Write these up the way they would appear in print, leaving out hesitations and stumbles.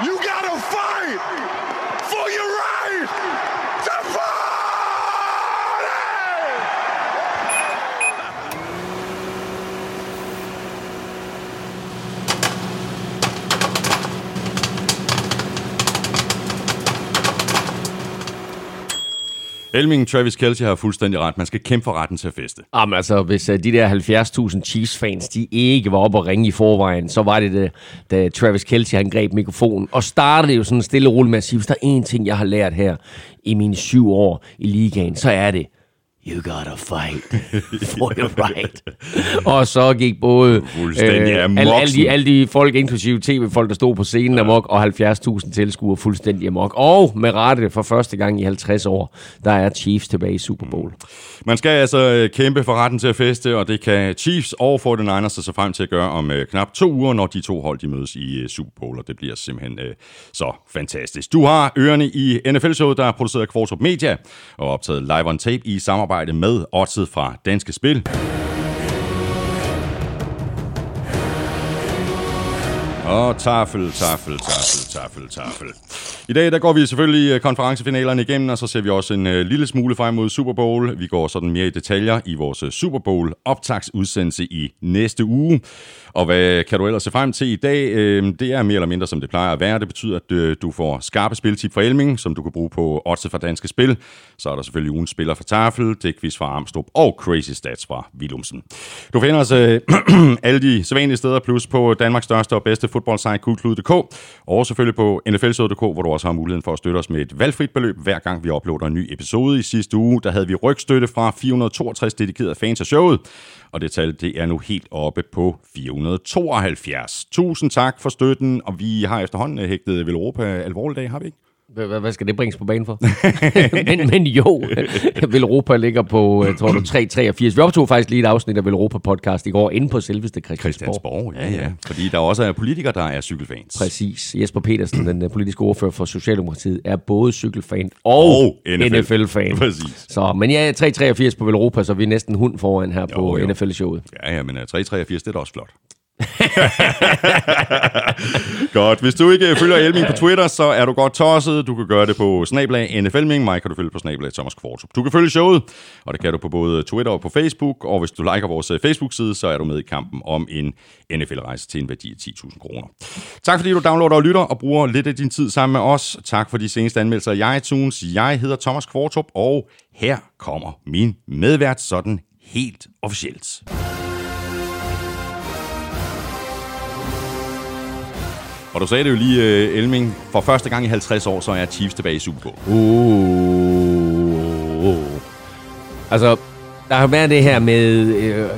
You gotta fight for your right to party! Elming, Travis Kelce har fuldstændig ret. Man skal kæmpe for retten til at feste. Jamen altså, hvis de der 70.000 Chiefs-fans, de ikke var oppe og ringe i forvejen, så var det, da Travis Kelce, han greb mikrofonen, og startede jo sådan stille og roligt med at sige, hvis der er én ting, jeg har lært her i mine 7 år i ligaen, så er det, you gotta fight for your right. Og så gik både alle de folk, inklusive tv-folk, der stod på scenen amok, og 70.000 tilskuere fuldstændig amok. Og med rette for første gang i 50 år, der er Chiefs tilbage i Super Bowl. Man skal altså kæmpe for retten til at feste, og det kan Chiefs og 49ers så frem til at gøre om knap 2 uger, når de to hold de mødes i Super Bowl, og det bliver simpelthen så fantastisk. Du har ørerne i NFL-showet, der er produceret af Kvartrup Media, og optaget live on tape i samarbejde med Oddset fra Danske Spil. Og tafel. I dag der går vi selvfølgelig konferencefinalerne igennem, og så ser vi også en lille smule frem mod Super Bowl. Vi går sådan mere i detaljer i vores Super Bowl optagsudsendelse i næste uge. Og hvad kan du ellers se frem til i dag? Det er mere eller mindre, som det plejer at være. Det betyder, at du får skarpe spiltip fra Elming, som du kan bruge på Oddset fra Danske Spil. Så er der selvfølgelig ugens spiller fra Tafel, dækquiz fra Armstrong og Crazy Stats fra Willumsen. Du finder os alle de sædvanlige steder, plus på Danmarks største og bedste fodboldsite, Kulklud.dk, og selvfølgelig på nflshowet.dk, hvor du også har muligheden for at støtte os med et valgfrit beløb, hver gang vi uploader en ny episode. I sidste uge, der havde vi rygstøtte fra 462 dedikerede fans af showet, og det tal, det er nu helt oppe på 472. Tusind tak for støtten, og vi har efterhånden hægtet Velropa alvorlig dag, har vi ikke? Hvad skal det bringes på banen for? men jo, Velropa ligger på, tror du, 383. Vi optog faktisk lige et afsnit af Velropa podcast i går inde på selveste Christiansborg. Ja. Fordi der også er politikere, der er cykelfans. Præcis. Jesper Petersen, den politiske ordfører for Socialdemokratiet, er både cykelfan og NFL-fan. Præcis. Så, men ja, 383 på Velropa, så vi er næsten hund foran her på NFL-showet. Ja, men 383, det er da også flot. Godt. Hvis du ikke følger Elming på Twitter, så er du godt tosset. Du kan gøre det på @NFLming. Mig kan du følge på @Thomas Kvartrup. Du kan følge showet, og det kan du på både Twitter og på Facebook. Og hvis du liker vores Facebook-side, så er du med i kampen om en NFL-rejse til en værdi af 10.000 kroner. Tak fordi du downloader og lytter og bruger lidt af din tid sammen med os. Tak for de seneste anmeldelser i iTunes. Jeg hedder Thomas Kvartrup, og her kommer min medvært sådan helt officielt. Og du sagde det jo lige, Elming, for første gang i 50 år, så er Chiefs tilbage i Super Bowl. Altså, der har været det her med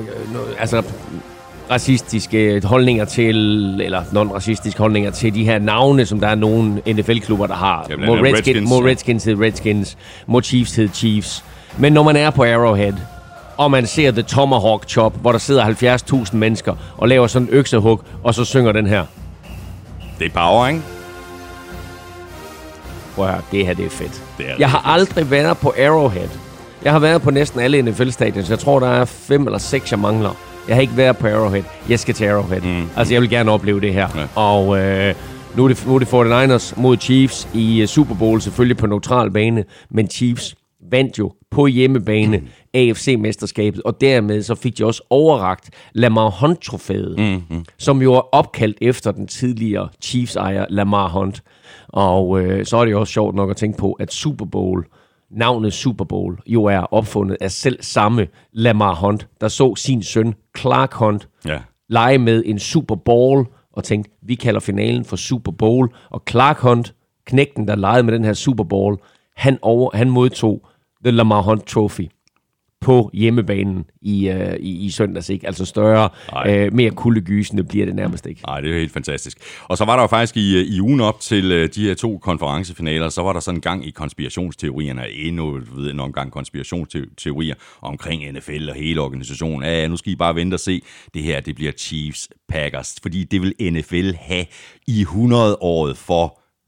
racistiske holdninger til, eller non-racistiske holdninger til de her navne, som der er nogle NFL-klubber, der har. Ja, må Redskins hedde Redskins, må Chiefs hedde Chiefs. Men når man er på Arrowhead, og man ser The Tomahawk Chop, hvor der sidder 70.000 mennesker og laver sådan en øksehug, og så synger den her. Det er power, ikke? Prøv at høre, det her det er fedt. Jeg har aldrig været på Arrowhead. Jeg har været på næsten alle NFL-stadions. Jeg tror, der er 5 eller 6, jeg mangler. Jeg har ikke været på Arrowhead. Jeg skal til Arrowhead. Altså, jeg vil gerne opleve det her. Ja. Og nu er det 49ers mod Chiefs i Super Bowl, selvfølgelig på neutral bane. Men Chiefs vandt jo på hjemmebane AFC-mesterskabet, og dermed så fik de også overrakt Lamar Hunt-trofæet, som jo er opkaldt efter den tidligere Chiefs-ejer Lamar Hunt. Og så er det jo også sjovt nok at tænke på, at Super Bowl, navnet Super Bowl, jo er opfundet af selv samme Lamar Hunt, der så sin søn Clark Hunt lege med en Super Bowl, og tænkte, vi kalder finalen for Super Bowl, og Clark Hunt, knægten, der legede med den her Super Bowl, han modtog The Lamar Hunt Trophy på hjemmebanen i søndags, ikke? Altså større, mere kuldegysende bliver det nærmest ikke. Nej, det er jo helt fantastisk. Og så var der jo faktisk i ugen op til de her 2 konferencefinaler, så var der sådan en gang i konspirationsteorierne, endnu en omgang konspirationsteorier omkring NFL og hele organisationen. Ja, nu skal I bare vente og se, det her, det bliver Chiefs Packers, fordi det vil NFL have i 100-året for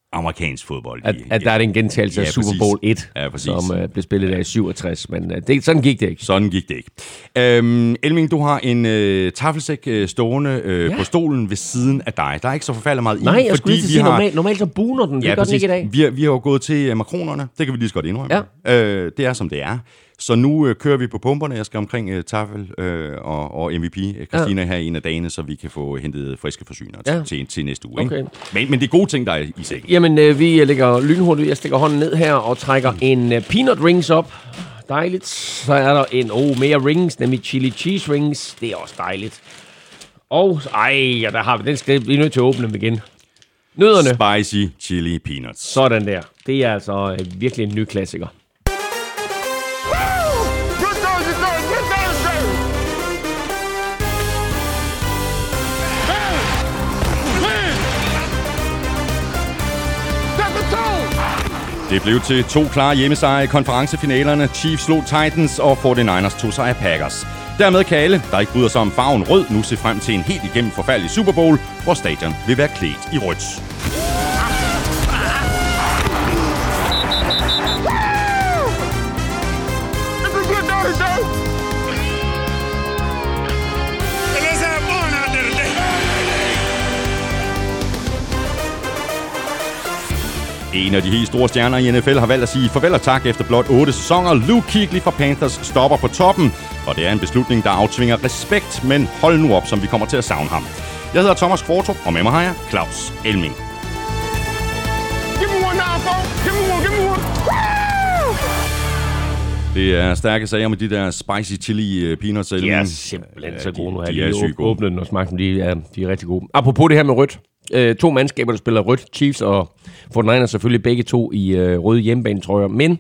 amerikansk fodbold. At der er en gentagelse af Super Bowl 1, som blev spillet der i 67, men sådan gik det ikke. Sådan gik det ikke. Elming, du har en taffelsæk stående på stolen ved siden af dig. Der er ikke så forfærdeligt meget i. Nej, jeg skulle lige sige, normalt så buner den. Det gør den ikke i dag. Vi har jo gået til makronerne. Det kan vi lige så godt indrømme. Ja. Det er, som det er. Så nu kører vi på pumperne. Jeg skal omkring Tafel og MVP, Christina, her en af dagene, så vi kan få hentet friske forsyninger til næste uge. Okay. Ikke? Men det er gode ting, der er i sækken. Jamen, vi lægger lynhurtigt. Jeg stikker hånden ned her og trækker en peanut rings op. Dejligt. Så er der en mere rings, nemlig chili cheese rings. Det er også dejligt. Og, der har vi den. Skal vi nødt til at åbne dem igen. Nødderne. Spicy chili peanuts. Sådan der. Det er altså virkelig en ny klassiker. Det blev til 2 klare hjemmesejre i konferencefinalerne. Chiefs slog Titans, og 49ers tog sig af Packers. Dermed kan alle, der ikke bryder sig om farven rød, nu se frem til en helt igennem forfærdelig Super Bowl, hvor stadion vil være klædt i rødt. En af de helt store stjerner i NFL har valgt at sige farvel og tak efter blot 8 sæsoner. Luke Kuechly fra Panthers stopper på toppen, og det er en beslutning, der aftvinger respekt, men hold nu op, som vi kommer til at savne ham. Jeg hedder Thomas Kvartrup, og med mig har jeg Claus Elming. Det er stærke sager med de der spicy chili peanuts. De er simpelthen så gode nu. De er sygt gode. Åbnet den og smagt dem, de er rigtig gode. Apropos det her med rødt. 2 mandskaber, der spiller rødt. Chiefs og 49ers selvfølgelig begge to i røde hjemmebanetrøjer. Men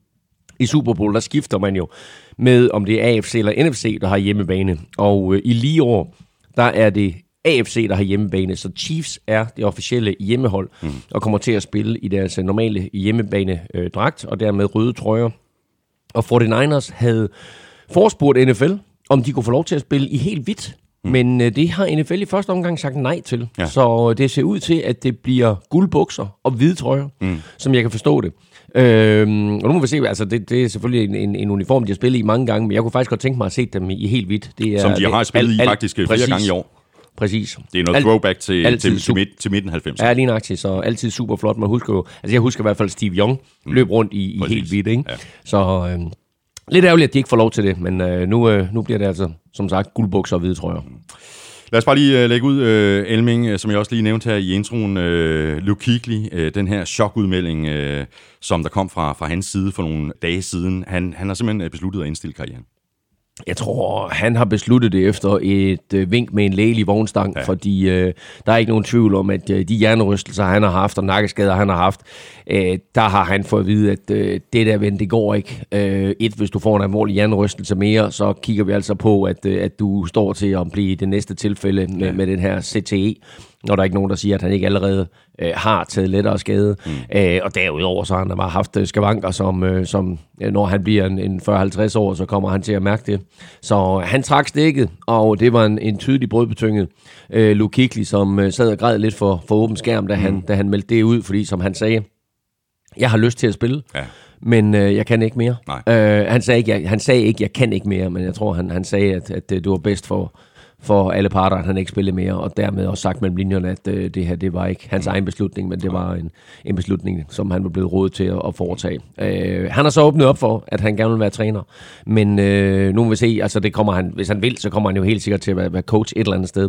i Super Bowl, der skifter man jo med, om det er AFC eller NFC, der har hjemmebane. Og i lige år, der er det AFC, der har hjemmebane. Så Chiefs er det officielle hjemmehold og kommer til at spille i deres normale hjemmebane-dragt, og dermed røde trøjer. Og 49ers havde forespurgt NFL, om de kunne få lov til at spille i helt hvidt. Men det har NFL i første omgang sagt nej til. Ja. Så det ser ud til, at det bliver guldbukser og hvide trøjer, som jeg kan forstå det. Og nu må vi se, altså det er selvfølgelig en uniform, de har spillet i mange gange, men jeg kunne faktisk godt tænke mig at se dem i helt hvidt. Det er, som de har spillet i faktisk flere gange i år. Præcis. Det er noget throwback til midten 90'erne. Ja, lige nøjagtigt, så altid super flot. Man husker jo, altså jeg husker i hvert fald Steve Young løb rundt i helt hvidt, ikke? Ja. Så lidt ærgerligt, at de ikke får lov til det, men nu bliver det altså, som sagt, guldbukser og hvide trøjer. Lad os bare lige lægge ud, Elming, som jeg også lige nævnte her i introen, Luke Kuechly, den her chokudmelding, som der kom fra hans side for nogle dage siden. Han har simpelthen besluttet at indstille karrieren. Jeg tror, han har besluttet det efter et vink med en lægelig vognstang, fordi der er ikke nogen tvivl om, at de hjernerystelser, han har haft, og nakkeskader, han har haft, der har han fået at vide, at det der ven, det går ikke. Hvis du får en alvorlig hjernerystelse mere, så kigger vi altså på, at du står til at blive det næste tilfælde med den her CTE, når der er ikke nogen, der siger, at han ikke allerede har taget lettere skade. Og derudover så har han bare haft skavanker, som når han bliver en 40-50 år, så kommer han til at mærke det. Så han trak stikket, og det var en tydelig brødbetynget Luke Kuechly, som sad og græd lidt for åben skærm, da han meldte det ud, fordi som han sagde, jeg har lyst til at spille, men jeg kan ikke mere. Han sagde ikke, jeg kan ikke mere, men jeg tror, han sagde, at det var bedst for alle parter, at han ikke spillede mere, og dermed også sagt mellem linjerne, at det her, det var ikke hans egen beslutning, men det var en beslutning, som han var blevet rådet til at foretage. Han har så åbnet op for, at han gerne vil være træner, men nu må vi se, altså det kommer han, hvis han vil, så kommer han jo helt sikkert til at være coach et eller andet sted,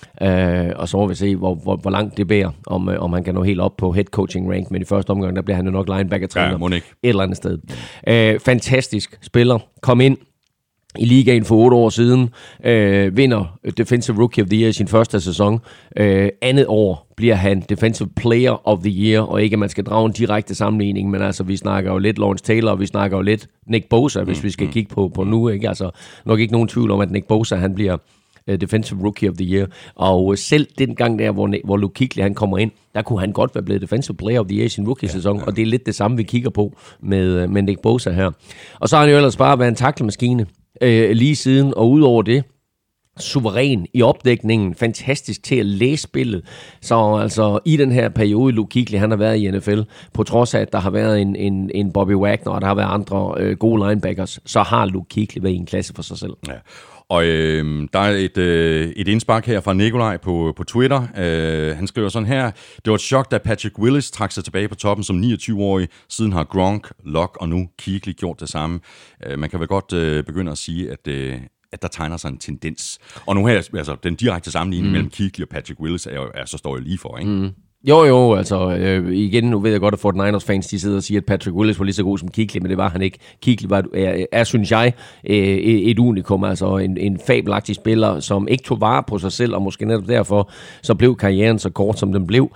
og så må vi se, hvor langt det bærer, om han kan nå helt op på head coaching rank, men i første omgang, der bliver han jo nok linebacker-træner et eller andet sted. Fantastisk spiller, kom ind i ligaen for 8 år siden, vinder Defensive Rookie of the Year i sin første sæson. Andet år bliver han Defensive Player of the Year, og ikke at man skal drage en direkte sammenligning, men altså vi snakker jo lidt Lawrence Taylor, og vi snakker jo lidt Nick Bosa, hvis vi skal kigge på nu, ikke? Altså nok ikke nogen tvivl om, at Nick Bosa, han bliver Defensive Rookie of the Year, og selv den gang der, hvor Luke Kuechly, han kommer ind, der kunne han godt være blevet Defensive Player of the Year i sin rookie-sæson, og det er lidt det samme, vi kigger på med Nick Bosa her. Og så har han jo ellers bare været en tackle-maskine lige siden, og udover det, suveræn i opdækningen, fantastisk til at læse spillet. Så altså i den her periode, Luke Kuechly, han har været i NFL, på trods af, at der har været en Bobby Wagner, og der har været andre gode linebackers, så har Luke Kuechly været i en klasse for sig selv. Ja. Og der er et indspark her fra Nikolaj på Twitter. Han skriver sådan her: det var et chok, da Patrick Willis trak sig tilbage på toppen som 29-årig. Siden har Gronk, Luck og nu Kuechly gjort det samme. Man kan vel godt begynde at sige, at der tegner sig en tendens. Og nu her, altså den direkte sammenligning mellem Kuechly og Patrick Willis så står jeg lige for, ikke? Mm. Jo, altså igen, nu ved jeg godt, at 49ers-fans, de sidder og siger, at Patrick Willis var lige så god som Kuechly, men det var han ikke. Kuechly er, synes jeg, et unikum, altså en fabelagtig spiller, som ikke tog vare på sig selv, og måske netop derfor, så blev karrieren så kort, som den blev.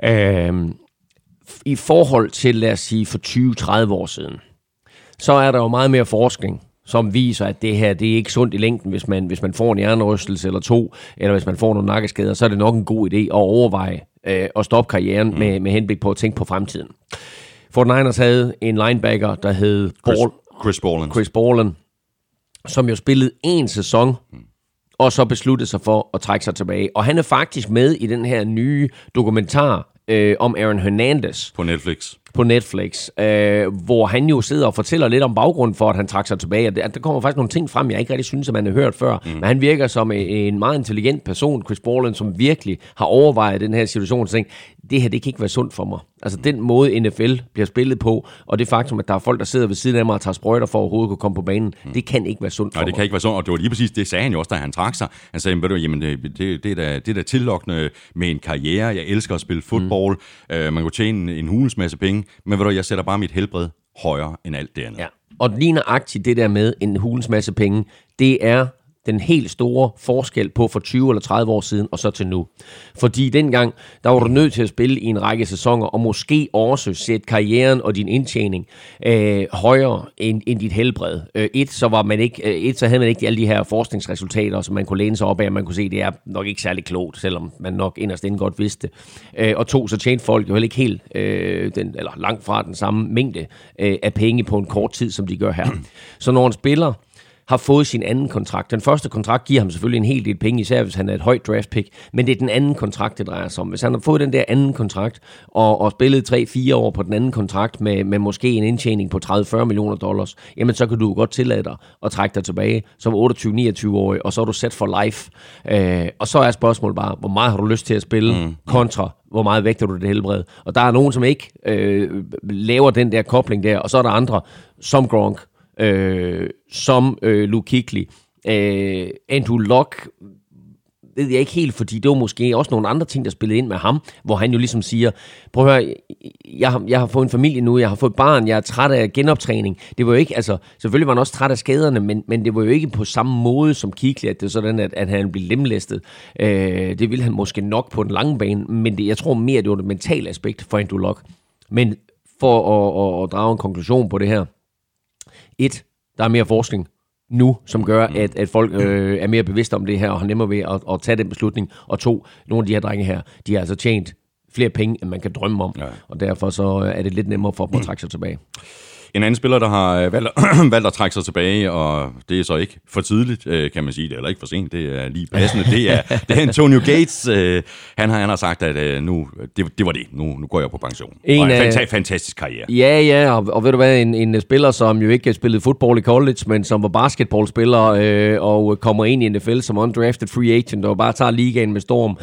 I forhold til, lad os sige, for 20-30 år siden, så er der jo meget mere forskning, som viser, at det her, det er ikke sundt i længden, hvis man får en hjernerystelse eller to, eller hvis man får nogle nakkeskader, så er det nok en god idé at overveje at stoppe karrieren med henblik på at tænke på fremtiden. 49ers havde en linebacker, der hed Chris Borland, som jo spillede en sæson, og så besluttede sig for at trække sig tilbage. Og han er faktisk med i den her nye dokumentar om Aaron Hernandez. På Netflix, hvor han jo sidder og fortæller lidt om baggrunden for, at han trak sig tilbage. Der kommer faktisk nogle ting frem, jeg ikke rigtig synes, at man har hørt før. Men han virker som en meget intelligent person, Chris Borland, som virkelig har overvejet den her situation og tænkt, det her, det kan ikke være sundt for mig. Altså den måde, NFL bliver spillet på, og det faktum, at der er folk, der sidder ved siden af mig og tager sprøjter for at overhovedet kunne komme på banen, det kan ikke være sundt for mig. Det kan ikke være sundt, og det var lige præcis det, sagde han jo også, da han trak sig. Han sagde, jamen, det er da tillokkende med en karriere. Jeg elsker at spille fodbold. Man kan tjene en hulens masse penge, men jeg sætter bare mit helbred højere end alt det andet. Ja. Og lige nøjagtigt det der med en hulens masse penge, det er den helt store forskel på for 20 eller 30 år siden og så til nu. Fordi dengang, der var du nødt til at spille i en række sæsoner, og måske også sætte karrieren og din indtjening højere end dit helbred. Så havde man ikke alle de her forskningsresultater, som man kunne læne sig op af, og man kunne se, at det er nok ikke særlig klogt, selvom man nok inderst inden godt vidste. Og to, så tjente folk jo heller ikke helt, eller langt fra den samme mængde af penge på en kort tid, som de gør her. Så når en spiller har fået sin anden kontrakt. Den første kontrakt giver ham selvfølgelig en hel del penge, især hvis han er et højt draft pick, men det er den anden kontrakt, det drejer sig om. Hvis han har fået den der anden kontrakt, og spillet 3-4 år på den anden kontrakt, med måske en indtjening på $30-40 millioner, jamen så kan du godt tillade dig at trække dig tilbage som 28-29-årig, og så er du set for life. Og så er spørgsmålet bare, hvor meget har du lyst til at spille kontra hvor meget vægter du det helbred. Og der er nogen, som ikke laver den der kobling der, og så er der andre, som Gronk, som Luke Kuechly, Andrew Luck, ved jeg ikke helt, fordi det var måske også nogle andre ting, der spillede ind med ham, hvor han jo ligesom siger, prøv at høre, jeg har fået en familie nu, jeg har fået et barn, jeg er træt af genoptræning. Det var jo ikke, altså, selvfølgelig var han også træt af skaderne, men det var jo ikke på samme måde som Kuechly, at det er sådan, at han blev lemlæstet. Det ville han måske nok på den lange bane, men jeg tror mere, det var det mentale aspekt for Andrew Luck. Men for at drage en konklusion på det her, der er mere forskning nu, som gør, at folk er mere bevidste om det her, og har nemmere ved at tage den beslutning. Og 2, nogle af de her drenge her, de har altså tjent flere penge, end man kan drømme om. Ja. Og derfor så er det lidt nemmere for dem at trække sig tilbage. En anden spiller, der har valgt at trække sig tilbage, og det er så ikke for tidligt, kan man sige, det er heller ikke for sent, det er lige passende, det er Antonio Gates. Han har sagt, at det var det. Nu går jeg på pension. En fantastisk karriere. Ja, og ved du hvad, en spiller, som jo ikke spillede fodbold i college, men som var basketballspiller, og kommer ind i NFL som undrafted free agent, og bare tager ligaen med storm.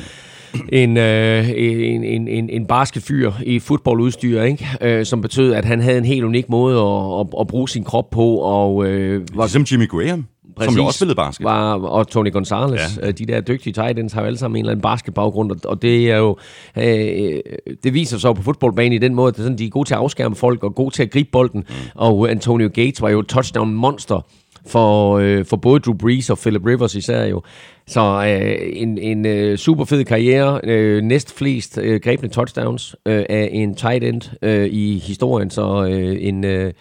En basketfyr i fodboldudstyr, ikke? Som betød, at han havde en helt unik måde at bruge sin krop på. Og, var som Jimmy Graham, præcis, som jo også spillede basket. Og Tony Gonzalez. Ja. De der dygtige tight ends har jo alle sammen en eller anden basketbaggrund, og det er jo det viser sig på fodboldbanen i den måde, at sådan, de er gode til at afskærme folk og gode til at gribe bolden. Og Antonio Gates var jo et touchdown-monster for både Drew Brees og Philip Rivers især jo. Så en super fed karriere, næst flest grebne touchdowns af en tight end i historien, så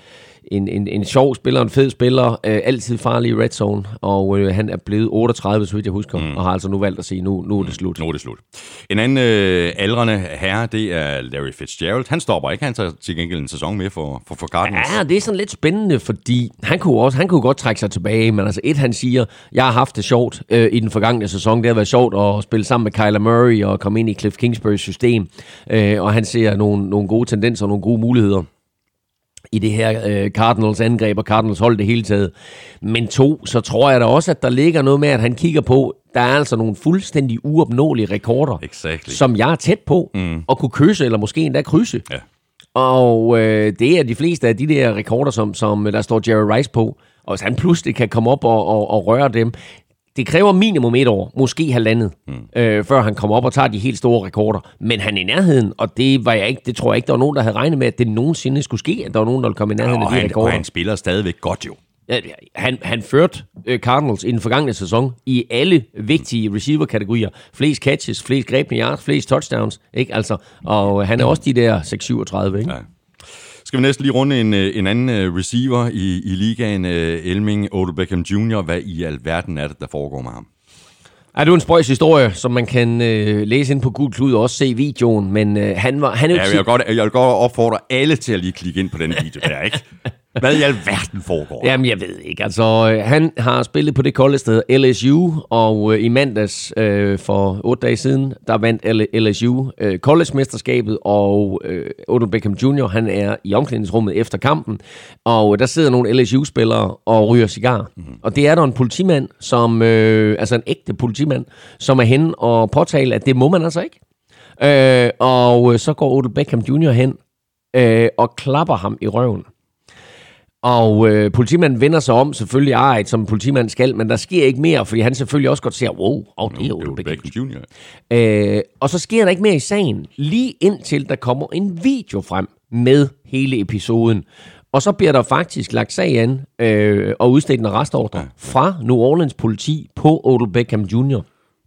en sjov spiller, en fed spiller, altid farlig i red zone, og han er blevet 38, så vidt jeg husker, og har altså nu valgt at sige, nu er det slut. Nu er det slut. En anden aldrende herre, det er Larry Fitzgerald. Han stopper ikke, han tager til gengæld en sæson mere for Cardinals. Ja, det er sådan lidt spændende, fordi han kunne godt trække sig tilbage, men altså han siger, jeg har haft det sjovt i den forgangne sæson, det har været sjovt at spille sammen med Kyler Murray og komme ind i Cliff Kingsburys system, og han ser nogle gode tendenser og nogle gode muligheder i det her Cardinals angreb og Cardinals hold det hele taget. Men så tror jeg da også, at der ligger noget med, at han kigger på, der er altså nogle fuldstændig uopnåelige rekorder, som jeg er tæt på at kunne kysse, eller måske endda krydse. Ja. Og det er de fleste af de der rekorder, som der står Jerry Rice på, og hvis han pludselig kan komme op og røre dem, det kræver minimum 1 år, måske 1,5, før han kommer op og tager de helt store rekorder. Men han er i nærheden, og det tror jeg ikke, der var nogen, der havde regnet med, at det nogensinde skulle ske, at der var nogen, der ville komme i nærheden af de rekorder. Og han spiller stadigvæk godt jo. Ja, han førte Cardinals i den forgangne sæson i alle vigtige receiver-kategorier. Flest catches, flest grebne yards, flest touchdowns, ikke? Altså, og han er også de der 6-37, ikke? Ja. Skal vi næsten lige runde en anden receiver i ligaen, Elming Odell Beckham Jr. Hvad i alverden er det, der foregår med ham? Det er jo en spøjs historie, som man kan læse ind på Gul Klud og også se videoen, men han er jo... Jeg vil godt opfordre alle til at lige klikke ind på den video der, ikke? Hvad i alverden foregår? Jamen, jeg ved ikke. Altså, han har spillet på det kolde sted LSU, og i mandags for 8 dage siden, der vandt LSU college-mesterskabet, og Odell Beckham Jr., han er i omklædningsrummet efter kampen, og der sidder nogle LSU-spillere og ryger cigar. Og det er der en politimand, som, altså en ægte politimand, som er henne og påtale, at det må man altså ikke. Og så går Odell Beckham Jr. hen og klapper ham i røven. Og politimanden vender sig om, selvfølgelig som politimanden skal, men der sker ikke mere, fordi han selvfølgelig også godt ser, det er Odell Beckham Jr. Og så sker der ikke mere i sagen, lige indtil der kommer en video frem med hele episoden. Og så bliver der faktisk lagt sag an og udstedt en arrestordre fra New Orleans politi på Odell Beckham Jr.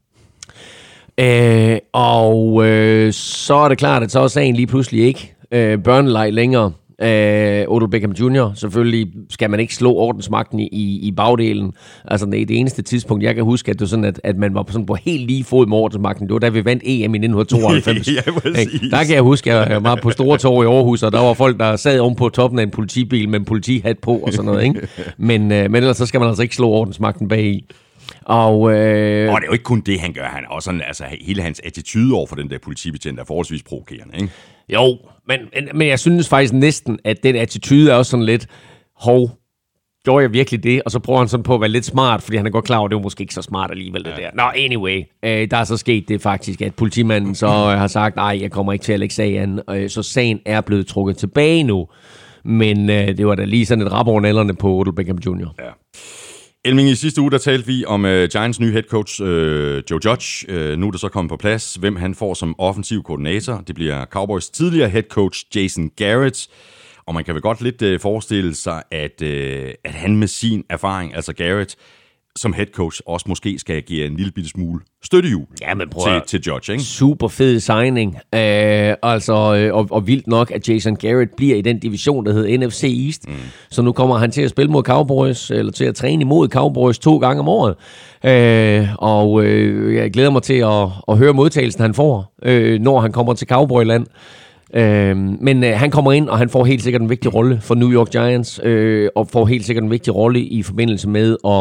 Så er det klart, at så er sagen lige pludselig ikke børneleg længere. Odell Beckham Jr. Selvfølgelig skal man ikke slå ordensmagten i bagdelen. Altså det eneste tidspunkt, jeg kan huske, at det var sådan, at man var sådan på helt lige fod med ordensmagten. Det var da vi vandt EM i 1992. Ja, der kan jeg huske, at jeg var på Store Torv i Aarhus, og der var folk, der sad oven på toppen af en politibil med en politihat på og sådan noget. Ikke? Men ellers så skal man altså ikke slå ordensmagten bag i. Og det er jo ikke kun det, han gør. Han er også sådan, altså hele hans attitude over for den der politibetjent er forholdsvis provokerende, ikke? Jo, men jeg synes faktisk næsten, at den attitude er også sådan lidt, gjorde jeg virkelig det? Og så prøver han sådan på at være lidt smart, fordi han er godt klar over, at det var måske ikke så smart alligevel, det der. Nå, anyway, der er så sket det faktisk, at politimanden så har sagt, nej, jeg kommer ikke til at lægge sagen, så sagen er blevet trukket tilbage nu. Men det var da lige sådan et rap over nælderne på Odell Beckham Jr. Ja. Elming, i sidste uge, der talte vi om Giants nye head coach, Joe Judge. Nu er det så kommet på plads, hvem han får som offensiv koordinator. Det bliver Cowboys tidligere head coach, Jason Garrett. Og man kan vel godt lidt forestille sig, at han med sin erfaring, altså Garrett, som head coach, også måske skal give en lille bitte smule støttehjul til Judge, ikke? Super fed signing. Og vildt nok, at Jason Garrett bliver i den division, der hedder NFC East. Så nu kommer han til at spille mod Cowboys, eller til at træne imod Cowboys 2 gange om året. Jeg glæder mig til at høre modtagelsen, han får, når han kommer til Cowboyland. Men han kommer ind, og han får helt sikkert en vigtig rolle for New York Giants, og får helt sikkert en vigtig rolle i forbindelse med at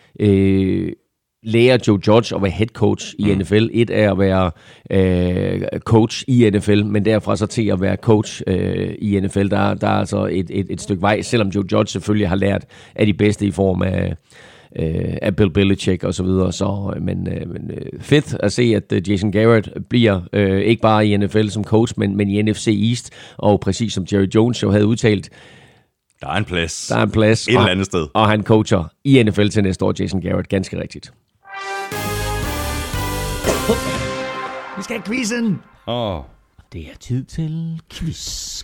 lærer Joe Judge at være head coach i NFL. Et er at være coach i NFL, men derfra så til at være coach i NFL. Der er altså et stykke vej, selvom Joe Judge selvfølgelig har lært af de bedste i form af Bill Belichick og så videre. Men fedt at se, at Jason Garrett bliver ikke bare i NFL som coach, men i NFC East, og præcis som Jerry Jones jo havde udtalt, der er en plads. Et eller andet sted. Og han coacher i NFL til næste år, Jason Garrett. Ganske rigtigt. Vi skal have quizzen. Det er tid til quiz.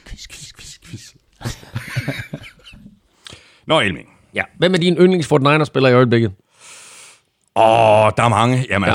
Nå, Elming. Ja. Hvem er din yndlings 49ers-spiller i øjeblikket? Der er mange. Jamen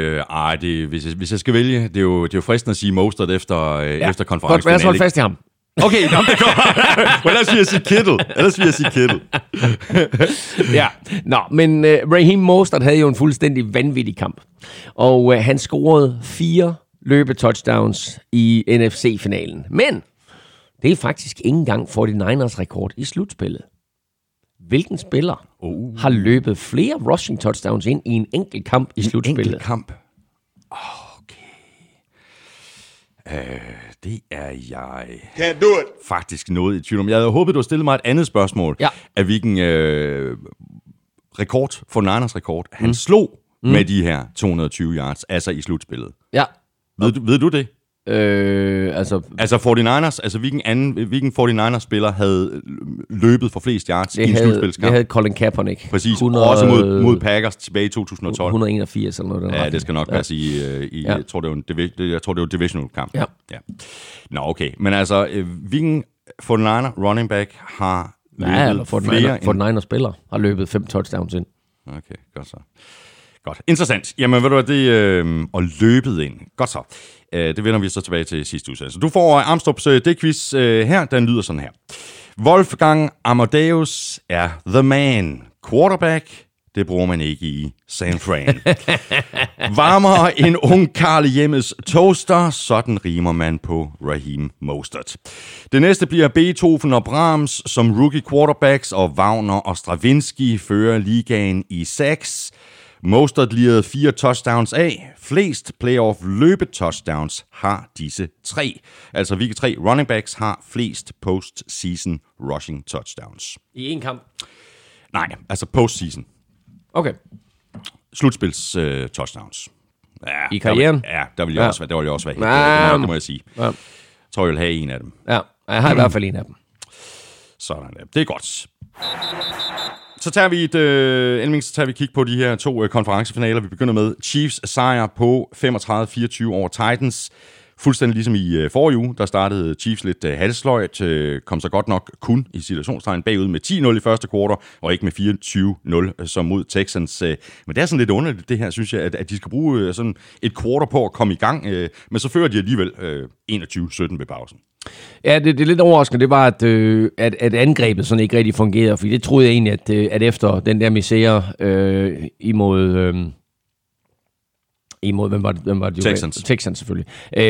hvis jeg skal vælge, det er jo fristende at sige Mostert efter konferencefinalen. Godt, lad os holde fast i ham. Okay, nå, det går. Ellers vil jeg sige Kittle. Ja, nå, men Raheem Mostert havde jo en fuldstændig vanvittig kamp. Og han scorede 4 løbetouchdowns i NFC-finalen. Men det er faktisk ikke engang 49ers rekord i slutspillet. Hvilken spiller har løbet flere rushing touchdowns ind i en enkelt kamp i slutspillet? En enkelt kamp? Det er jeg faktisk noget i tvivl om. Jeg havde håbet, du havde stillet mig et andet spørgsmål. Ja. Af hvilken rekord, for Niners rekord, han slog med de her 220 yards, altså i slutspillet. Ja. Ved du det? Altså 49ers, altså hvilken 49ers-spiller havde løbet for flest yards i en slutspilskamp? Det havde Colin Kaepernick. Præcis, 100, også mod Packers tilbage i 2012. 181 eller noget. Ja, det skal nok passe i jeg tror, det var en divisional kamp. Ja. Nå, okay. Men altså, hvilken 49er running back har løbet flere? 49er-spiller har løbet 5 touchdowns ind. Okay, godt så. Godt. Interessant. Jamen, ved du hvad, det og løbet ind. Godt så. Det vender vi så tilbage til sidste uge. Så du får Armstrongs det-quiz her. Den lyder sådan her. Wolfgang Amadeus er the man. Quarterback, det bruger man ikke i San Fran. Varmere en ung Karl hjemmes toaster, sådan rimer man på Raheem Mostert. Det næste bliver Beethoven og Brahms som rookie quarterbacks, og Wagner og Stravinsky fører ligaen i sacks. Mostert lirede 4 touchdowns af. Flest playoff løbetouchdowns har disse 3. Altså hvilke 3 running backs har flest postseason rushing touchdowns? I en kamp? Nej, altså postseason. Okay. Slutspils touchdowns. Ja, i karrieren? Der vil jeg også være. Det må jeg sige. Ja. Jeg tror, jeg vil have en af dem. Ja, jeg har i hvert fald en af dem. Sådan der. Det er godt. Så tager vi kig på de her 2 konferencefinaler. Vi begynder med Chiefs sejr på 35-24 over Titans. Fuldstændig ligesom i forrige uge, der startede Chiefs lidt halsløjt, kom så godt nok kun i situationstegn bagud med 10-0 i første kvartal, og ikke med 24-0 som mod Texans. Men det er sådan lidt underligt, det her, synes jeg, at de skal bruge sådan et kvartal på at komme i gang, men så fører de alligevel 21-17 ved pausen. Ja, det er lidt overraskende, det var, at angrebet sådan ikke rigtig fungerede, fordi det troede jeg egentlig, at efter den der misære imod hvem var det? Texans selvfølgelig.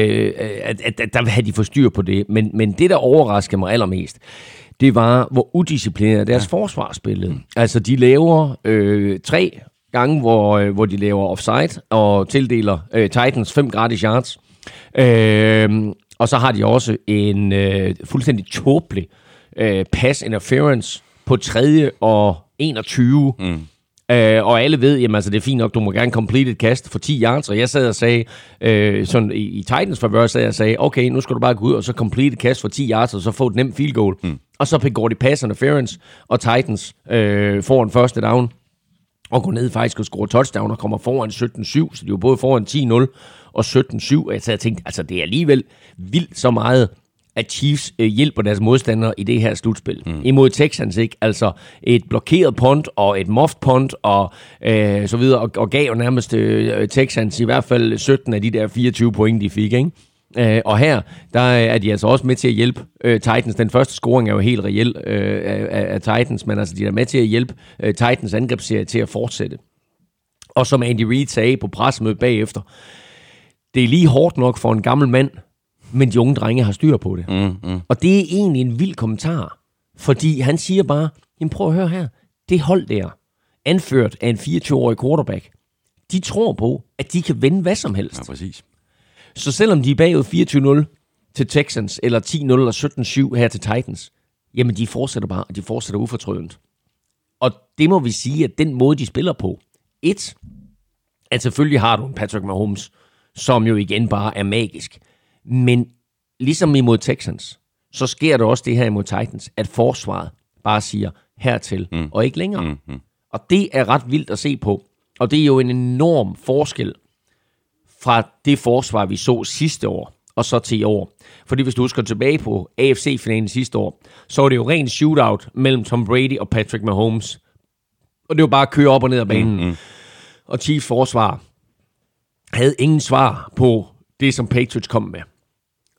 At der havde de fået styr på det. Men det, der overraskede mig allermest, det var, hvor udisciplineret deres forsvar spillede. Altså, de laver 3 gange, hvor de laver offside, og tildeler Titans 5 gratis yards. Og så har de også en fuldstændig tåbelig pass interference på 3. og 21. Og alle ved, jamen altså det er fint nok, du må gerne complete et kast for 10 yards, og jeg sad og sagde, sådan i Titans favør sad jeg og sagde, okay, nu skal du bare gå ud og så complete et kast for 10 yards, og så få et nemt field goal. Og så begår de pass interference, og Titans får en første down, og går ned faktisk og scorer touchdown, og kommer foran 17-7, så de var både foran 10-0 og 17-7, og jeg tænkte, altså det er alligevel vildt så meget, at Chiefs hjælper deres modstandere i det her slutspil. Imod Texans, ikke? Altså et blokeret punt og et muffed punt og så videre, og gav jo nærmest Texans i hvert fald 17 af de der 24 point, de fik, ikke? Og her, der er de altså også med til at hjælpe Titans. Den første scoring er jo helt reel af Titans, men altså de er med til at hjælpe Titans angrebsserie til at fortsætte. Og som Andy Reid sagde på pressemødet bagefter, det er lige hårdt nok for en gammel mand, men de unge drenge har styr på det. Og det er egentlig en vild kommentar, fordi han siger bare, jamen prøv at høre her, det hold der, anført af en 24-årig quarterback, de tror på, at de kan vinde hvad som helst. Ja, præcis. Så selvom de er bagud 24-0 til Texans, eller 10-0 eller 17-7 her til Titans, jamen de fortsætter bare, og de fortsætter ufortrødent. Og det må vi sige, at den måde, de spiller på, at selvfølgelig har du en Patrick Mahomes, som jo igen bare er magisk. Men ligesom imod Texans, så sker der også det her imod Titans, at forsvaret bare siger hertil og ikke længere. Og det er ret vildt at se på. Og det er jo en enorm forskel fra det forsvar, vi så sidste år, og så til i år. Fordi hvis du husker tilbage på AFC-finalen sidste år, så var det jo ren shootout mellem Tom Brady og Patrick Mahomes. Og det var bare at køre op og ned ad banen. Og Chiefs forsvar havde ingen svar på det, som Patriots kom med.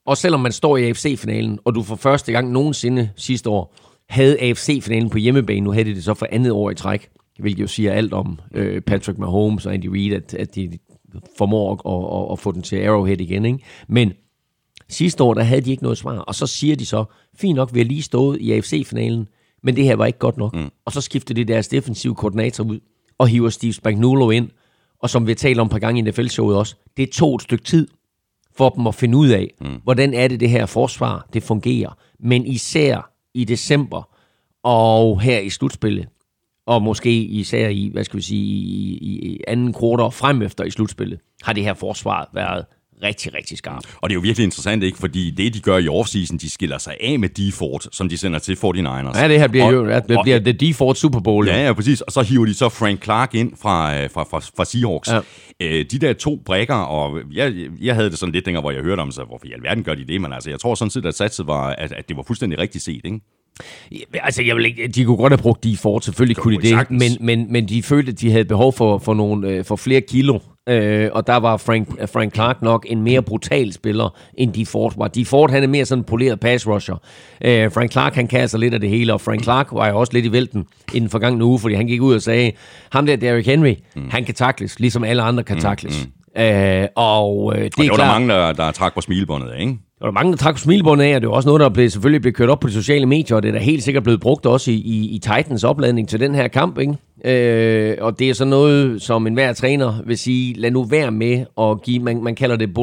Og selvom man står i AFC-finalen, og du for første gang nogensinde sidste år havde AFC-finalen på hjemmebane, nu havde det så for andet år i træk, hvilket jo siger alt om Patrick Mahomes og Andy Reid, at de formår at få den til Arrowhead igen, ikke? Men sidste år, der havde de ikke noget svar, og så siger de så, fint nok, vi har lige stået i AFC-finalen, men det her var ikke godt nok. Og så skifter de deres defensive koordinator ud, og hiver Steve Spagnuolo ind, og som vi har talt om et par gange i NFL-showet også, det tog et stykke tid for dem at finde ud af, hvordan er det her forsvar, det fungerer. Men især i december, og her i slutspillet, og måske især i, i anden kvartal frem efter i slutspillet, har det her forsvar været rigtig, rigtig skarpt. Og det er jo virkelig interessant, ikke? Fordi det, de gør i offseason, de skiller sig af med DeFord, som de sender til 49ers. Ja, det her bliver det DeFord Super Bowl. Ja, præcis. Og så hiver de så Frank Clark ind fra Seahawks. Ja. De der 2 brikker, og jeg havde det sådan lidt dengang, hvor jeg hørte om, så hvorfor i alverden gør de det? Men altså, jeg tror sådan set, at satset var, at det var fuldstændig rigtigt set, ikke? Ja, altså, de kunne godt have brugt DeFord, selvfølgelig kunne de det, men de følte, at de havde behov for flere kilo. Og der var Frank Clark nok en mere brutal spiller, end DeFord var. DeFord, han er mere sådan en poleret pass rusher. Frank Clark, han kan altså lidt af det hele, og Frank Clark var jo også lidt i vælten i den forgangne uge, fordi han gik ud og sagde, ham der Derrick Henry, han kan tackles, ligesom alle andre kan tackles. Det var der mange, der trak på smilebåndet af, ikke? Der var mange, der trak på smilebåndet af, og det var også noget, der selvfølgelig blev kørt op på de sociale medier, og det er da helt sikkert blevet brugt også i Titans opladning til den her kamp, ikke? Og det er så noget, som enhver træner vil sige, lad nu være med at give, man kalder det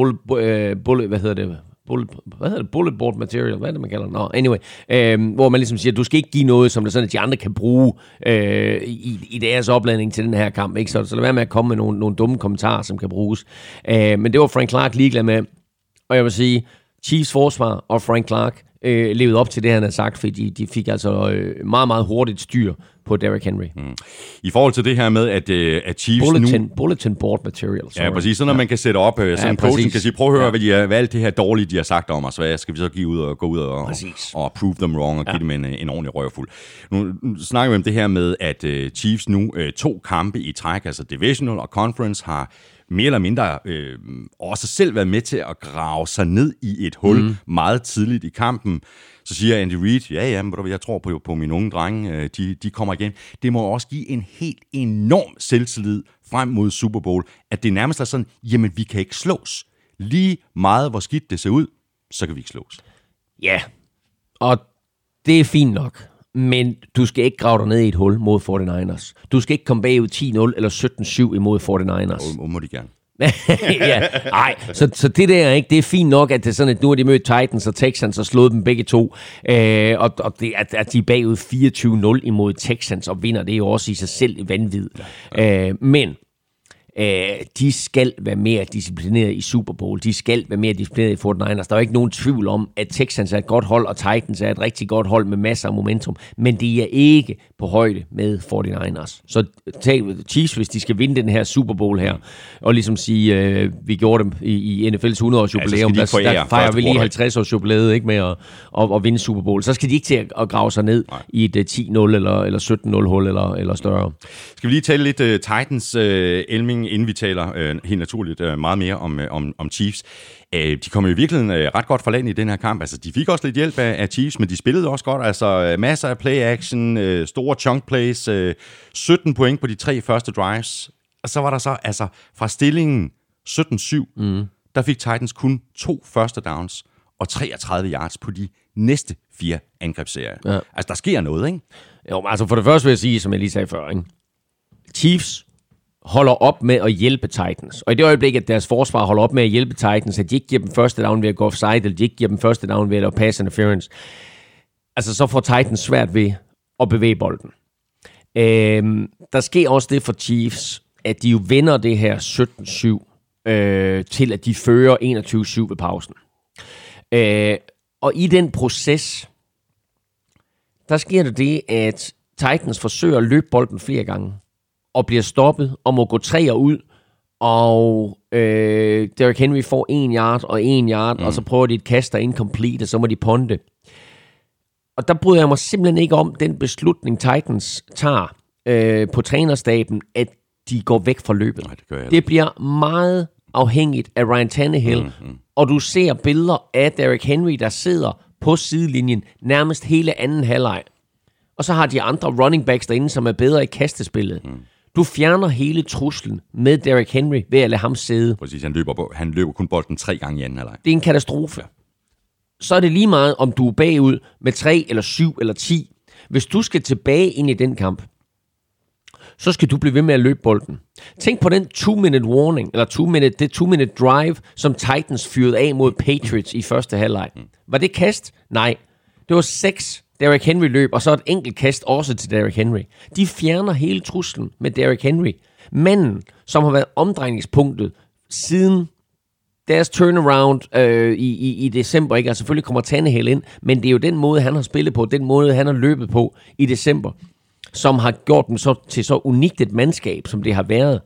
bulletboard material, hvad er det, man kalder det? No, anyway, hvor man ligesom siger, du skal ikke give noget, som det sådan, at de andre kan bruge i deres opladning til den her kamp, ikke? Så lad være med at komme med nogle dumme kommentarer, som kan bruges. Men det var Frank Clark ligeglad med, og jeg vil sige, Chiefs forsvar og Frank Clark levede op til det, han havde sagt, fordi de fik altså meget, meget hurtigt styr på Derrick Henry. I forhold til det her med, at Chiefs Bulletin board material. Sorry. Ja, præcis. Sådan, at man kan sætte op, sådan coachen kan sige, prøv at høre, hvad alt det her dårlige, de har sagt om os, hvad skal vi så gå ud og prove them wrong, og give dem en ordentlig røvfuld. Nu snakker vi om det her med, at Chiefs nu 2 kampe i træk, altså Divisional og Conference, har mere eller mindre også selv været med til at grave sig ned i et hul meget tidligt i kampen. Så siger Andy Reid, jeg tror på mine unge drenge, de kommer igen. Det må også give en helt enorm selvtillid frem mod Super Bowl, at det nærmest er sådan, jamen vi kan ikke slås. Lige meget hvor skidt det ser ud, så kan vi ikke slås. Ja, og det er fint nok. Men du skal ikke grave dig ned i et hul mod 49ers. Du skal ikke komme bagud 10-0 eller 17-7 imod 49ers. Må de gerne. Ja, nej. Så det der, ikke, det er fint nok, at det er sådan, at nu har de mødt Titans og Texans og slået dem begge to. Og det, at de er bagud 24-0 imod Texans og vinder, det er jo også i sig selv vanvid. Men de skal være mere disciplineret i Super Bowl. De skal være mere disciplineret i 49ers. Der er jo ikke nogen tvivl om, at Texans er et godt hold, og Titans er et rigtig godt hold med masser af momentum. Men de er ikke på højde med 49ers. Så Chiefs, hvis de skal vinde den her Super Bowl her, og ligesom sige, vi gjorde dem i NFL's 100-års jubilæum, der fejrer vi lige 50-års jubilæet, ikke, med at vinde Super Bowl. Så skal de ikke til at grave sig ned i et 10-0 eller 17-0 hul eller større. Skal vi lige tale lidt Titans, Elming, inden vi taler helt naturligt meget mere om Chiefs. De kom jo i virkeligheden ret godt fra land i den her kamp. Altså, de fik også lidt hjælp af Chiefs, men de spillede også godt. Altså, masser af play-action, store chunk plays, 17 point på de 3 første drives. Og så var der så, altså, fra stillingen 17-7, der fik Titans kun 2 første downs og 33 yards på de næste 4 angrebsserier. Ja. Altså, der sker noget, ikke? Jo, altså for det første vil jeg sige, som jeg lige sagde før, ikke? Chiefs holder op med at hjælpe Titans. Og i det øjeblik, at deres forsvar holder op med at hjælpe Titans, at de ikke giver dem første down ved at gå offside, eller de ikke giver dem første down ved at lave pass interference, altså så får Titans svært ved at bevæge bolden. Der sker også det for Chiefs, at de jo vinder det her 17-7, til at de fører 21-7 ved pausen. Og i den proces, der sker det, at Titans forsøger at løbe bolden flere gange, og bliver stoppet, og må gå 3'er ud, og Derrick Henry får 1 yard og 1 yard, og så prøver de et kast, der er incomplete, og så må de ponte. Og der bryder jeg mig simpelthen ikke om den beslutning, Titans tager på trænerstaben, at de går væk fra løbet. Nej, det bliver meget, afhængigt af Ryan Tannehill, og du ser billeder af Derrick Henry, der sidder på sidelinjen nærmest hele anden halvleg. Og så har de andre running backs derinde, som er bedre i kastespillet. Du fjerner hele truslen med Derrick Henry ved at lade ham sidde. Præcis, han løber kun bolden 3 gange i anden halvleg. Det er en katastrofe. Så er det lige meget, om du er bagud med 3 eller 7 eller 10. Hvis du skal tilbage ind i den kamp, så skal du blive ved med at løbe bolden. Tænk på den 2-minute warning, eller 2-minute drive, som Titans fyrede af mod Patriots i første halvleg. Var det kast? Nej. Det var 6 Derrick Henry løb, og så et enkelt kast også til Derrick Henry. De fjerner hele truslen med Derrick Henry. Manden, som har været omdrejningspunktet siden deres turnaround i december, ikke? Altså selvfølgelig kommer Tannehill ind, men det er jo den måde, han har spillet på, den måde, han har løbet på i december, som har gjort dem så til så unikt et mandskab, som det har været.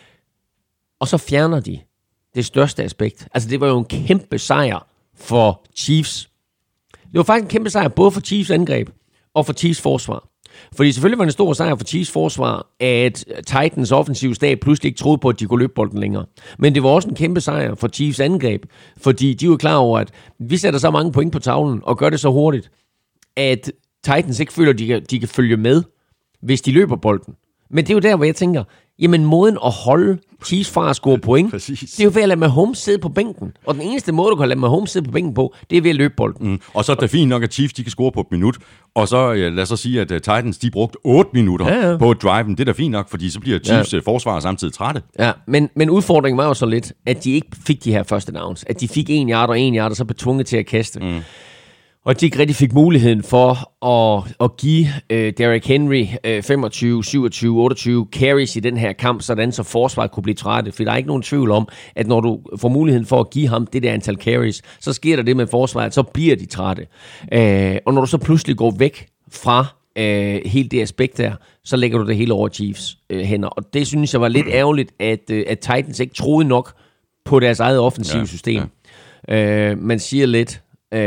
Og så fjerner de det største aspekt. Altså det var jo en kæmpe sejr for Chiefs. Det var faktisk en kæmpe sejr både for Chiefs angreb og for Chiefs forsvar. Fordi selvfølgelig var det en stor sejr for Chiefs forsvar, at Titans offensiv stab pludselig ikke troede på, at de kunne løbe bolden længere. Men det var også en kæmpe sejr for Chiefs angreb, fordi de var klar over, at vi sætter så mange point på tavlen og gør det så hurtigt, at Titans ikke føler, at de kan følge med, hvis de løber bolden. Men det er jo der, hvor jeg tænker, jamen måden at holde Chiefs fra at score point, det er jo ved at lade Mahomes sidde på bænken. Og den eneste måde, du kan lade Mahomes sidde på bænken på, det er ved at løbe bolden. Og så er det fint nok, at Chiefs de kan score på et minut. Og så lad os så sige, at Titans de brugte 8 minutter på driven. Det er da fint nok, fordi så bliver Chiefs forsvar samtidig trætte. Ja, men udfordringen var jo så lidt, at de ikke fik de her første downs. At de fik 1 yard og 1 yard, og så blev tvunget til at kaste. Og de ikke rigtig fik muligheden for at give Derrick Henry 25, 27, 28 carries i den her kamp, sådan så forsvaret kunne blive trætte. For der er ikke nogen tvivl om, at når du får muligheden for at give ham det der antal carries, så sker der det med forsvaret, så bliver de trætte. Og når du så pludselig går væk fra hele det aspekt der, så lægger du det hele over Chiefs hænder. Og det synes jeg var lidt ærgerligt, at Titans ikke troede nok på deres eget offensive system. Man siger lidt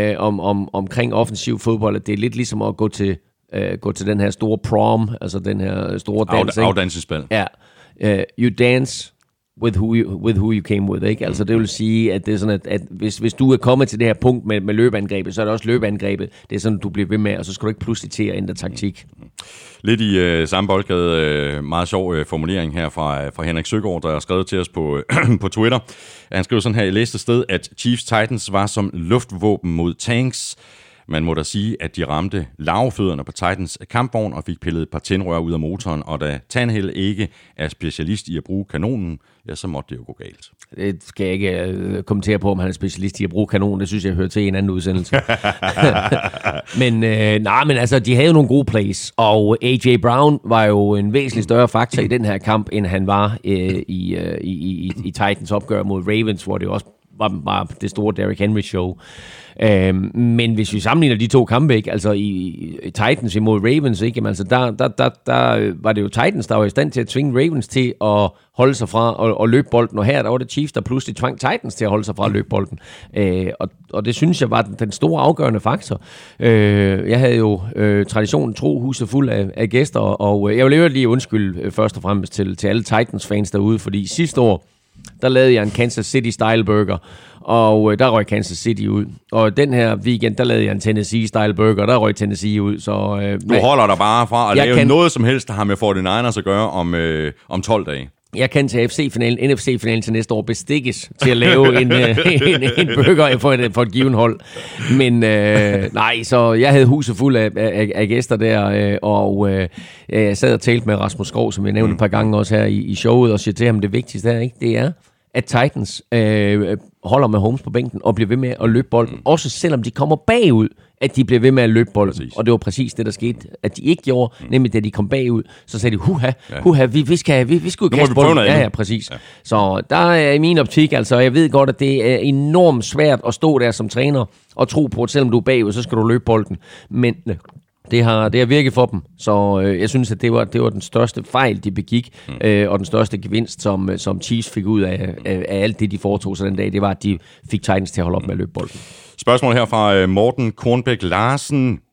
omkring offensiv fodbold, at det er lidt ligesom at gå til den her store prom, altså den her store dans. Afdansespil. Ja. You dance with who you came with, ikke? Altså det vil sige, at det er sådan, at hvis du er kommet til det her punkt med løbeangrebet, så er det også løbeangrebet. Det er sådan, du bliver ved med, og så skal du ikke pludselig til at ændre taktik. Lidt i samme boldgade, meget sjov formulering her fra Henrik Søgaard, der har skrevet til os på Twitter. Han skrev sådan her, jeg læste et sted, at Chiefs Titans var som luftvåben mod tanks. Man må da sige, at de ramte lavfødderne på Titans kampvogn og fik pillet et par tændrør ud af motoren, og da Tannehill ikke er specialist i at bruge kanonen, ja, så måtte det jo gå galt. Det skal jeg ikke kommentere på, om han er specialist i at bruge kanonen. Det synes jeg hører til en anden udsendelse. men altså, de havde jo nogle gode plays, og A.J. Brown var jo en væsentlig større faktor i den her kamp, end han var i Titans opgør mod Ravens, hvor det også var det store Derrick Henry show. Men hvis vi sammenligner de to kampe, ikke, altså i Titans imod Ravens, ikke, altså der var det jo Titans, der var i stand til at tvinge Ravens til at holde sig fra at løbe bolden, og her der var det Chiefs, der pludselig tvang Titans til at holde sig fra at løbe bolden. Og det synes jeg var den store afgørende faktor. Jeg havde jo traditionen tro huset fuld af gæster, og jeg vil lige undskylde først og fremmest til alle Titans-fans derude, fordi sidste år, der lavede jeg en Kansas City-style burger, og der røg Kansas City ud. Og den her weekend, der lavede jeg en Tennessee-style burger, og der røg Tennessee ud. Så, du holder dig bare fra at lave noget som helst, der har med 49ers at gøre om 12 dage. Jeg kan til NFC-finalen til næste år bestikkes til at lave en burger for et given hold. Men nej, så jeg havde huset fuld af gæster der, og jeg sad og talte med Rasmus Skov, som jeg nævnte et par gange også her i showet, og siger til ham, det vigtigste er, ikke? Det er, at Titans holder med Mahomes på bænken og bliver ved med at løbe bolden, også selvom de kommer bagud, at de bliver ved med at løbe bolden. Præcis. Og det var præcis det, der skete, at de ikke gjorde, nemlig da de kom bagud, så sagde de, vi skulle kaste bolden. Ja, præcis. Ja. Så der er i min optik, altså, jeg ved godt, at det er enormt svært at stå der som træner og tro på, at selvom du er bagud, så skal du løbe bolden. Men det har virket for dem, så jeg synes, at det var den største fejl, de begik, og den største gevinst, som Chiefs fik ud af alt det, de foretog sig den dag, det var, at de fik Titans til at holde op med at løbe bolden. Spørgsmål her fra Morten Kornbæk Larsen.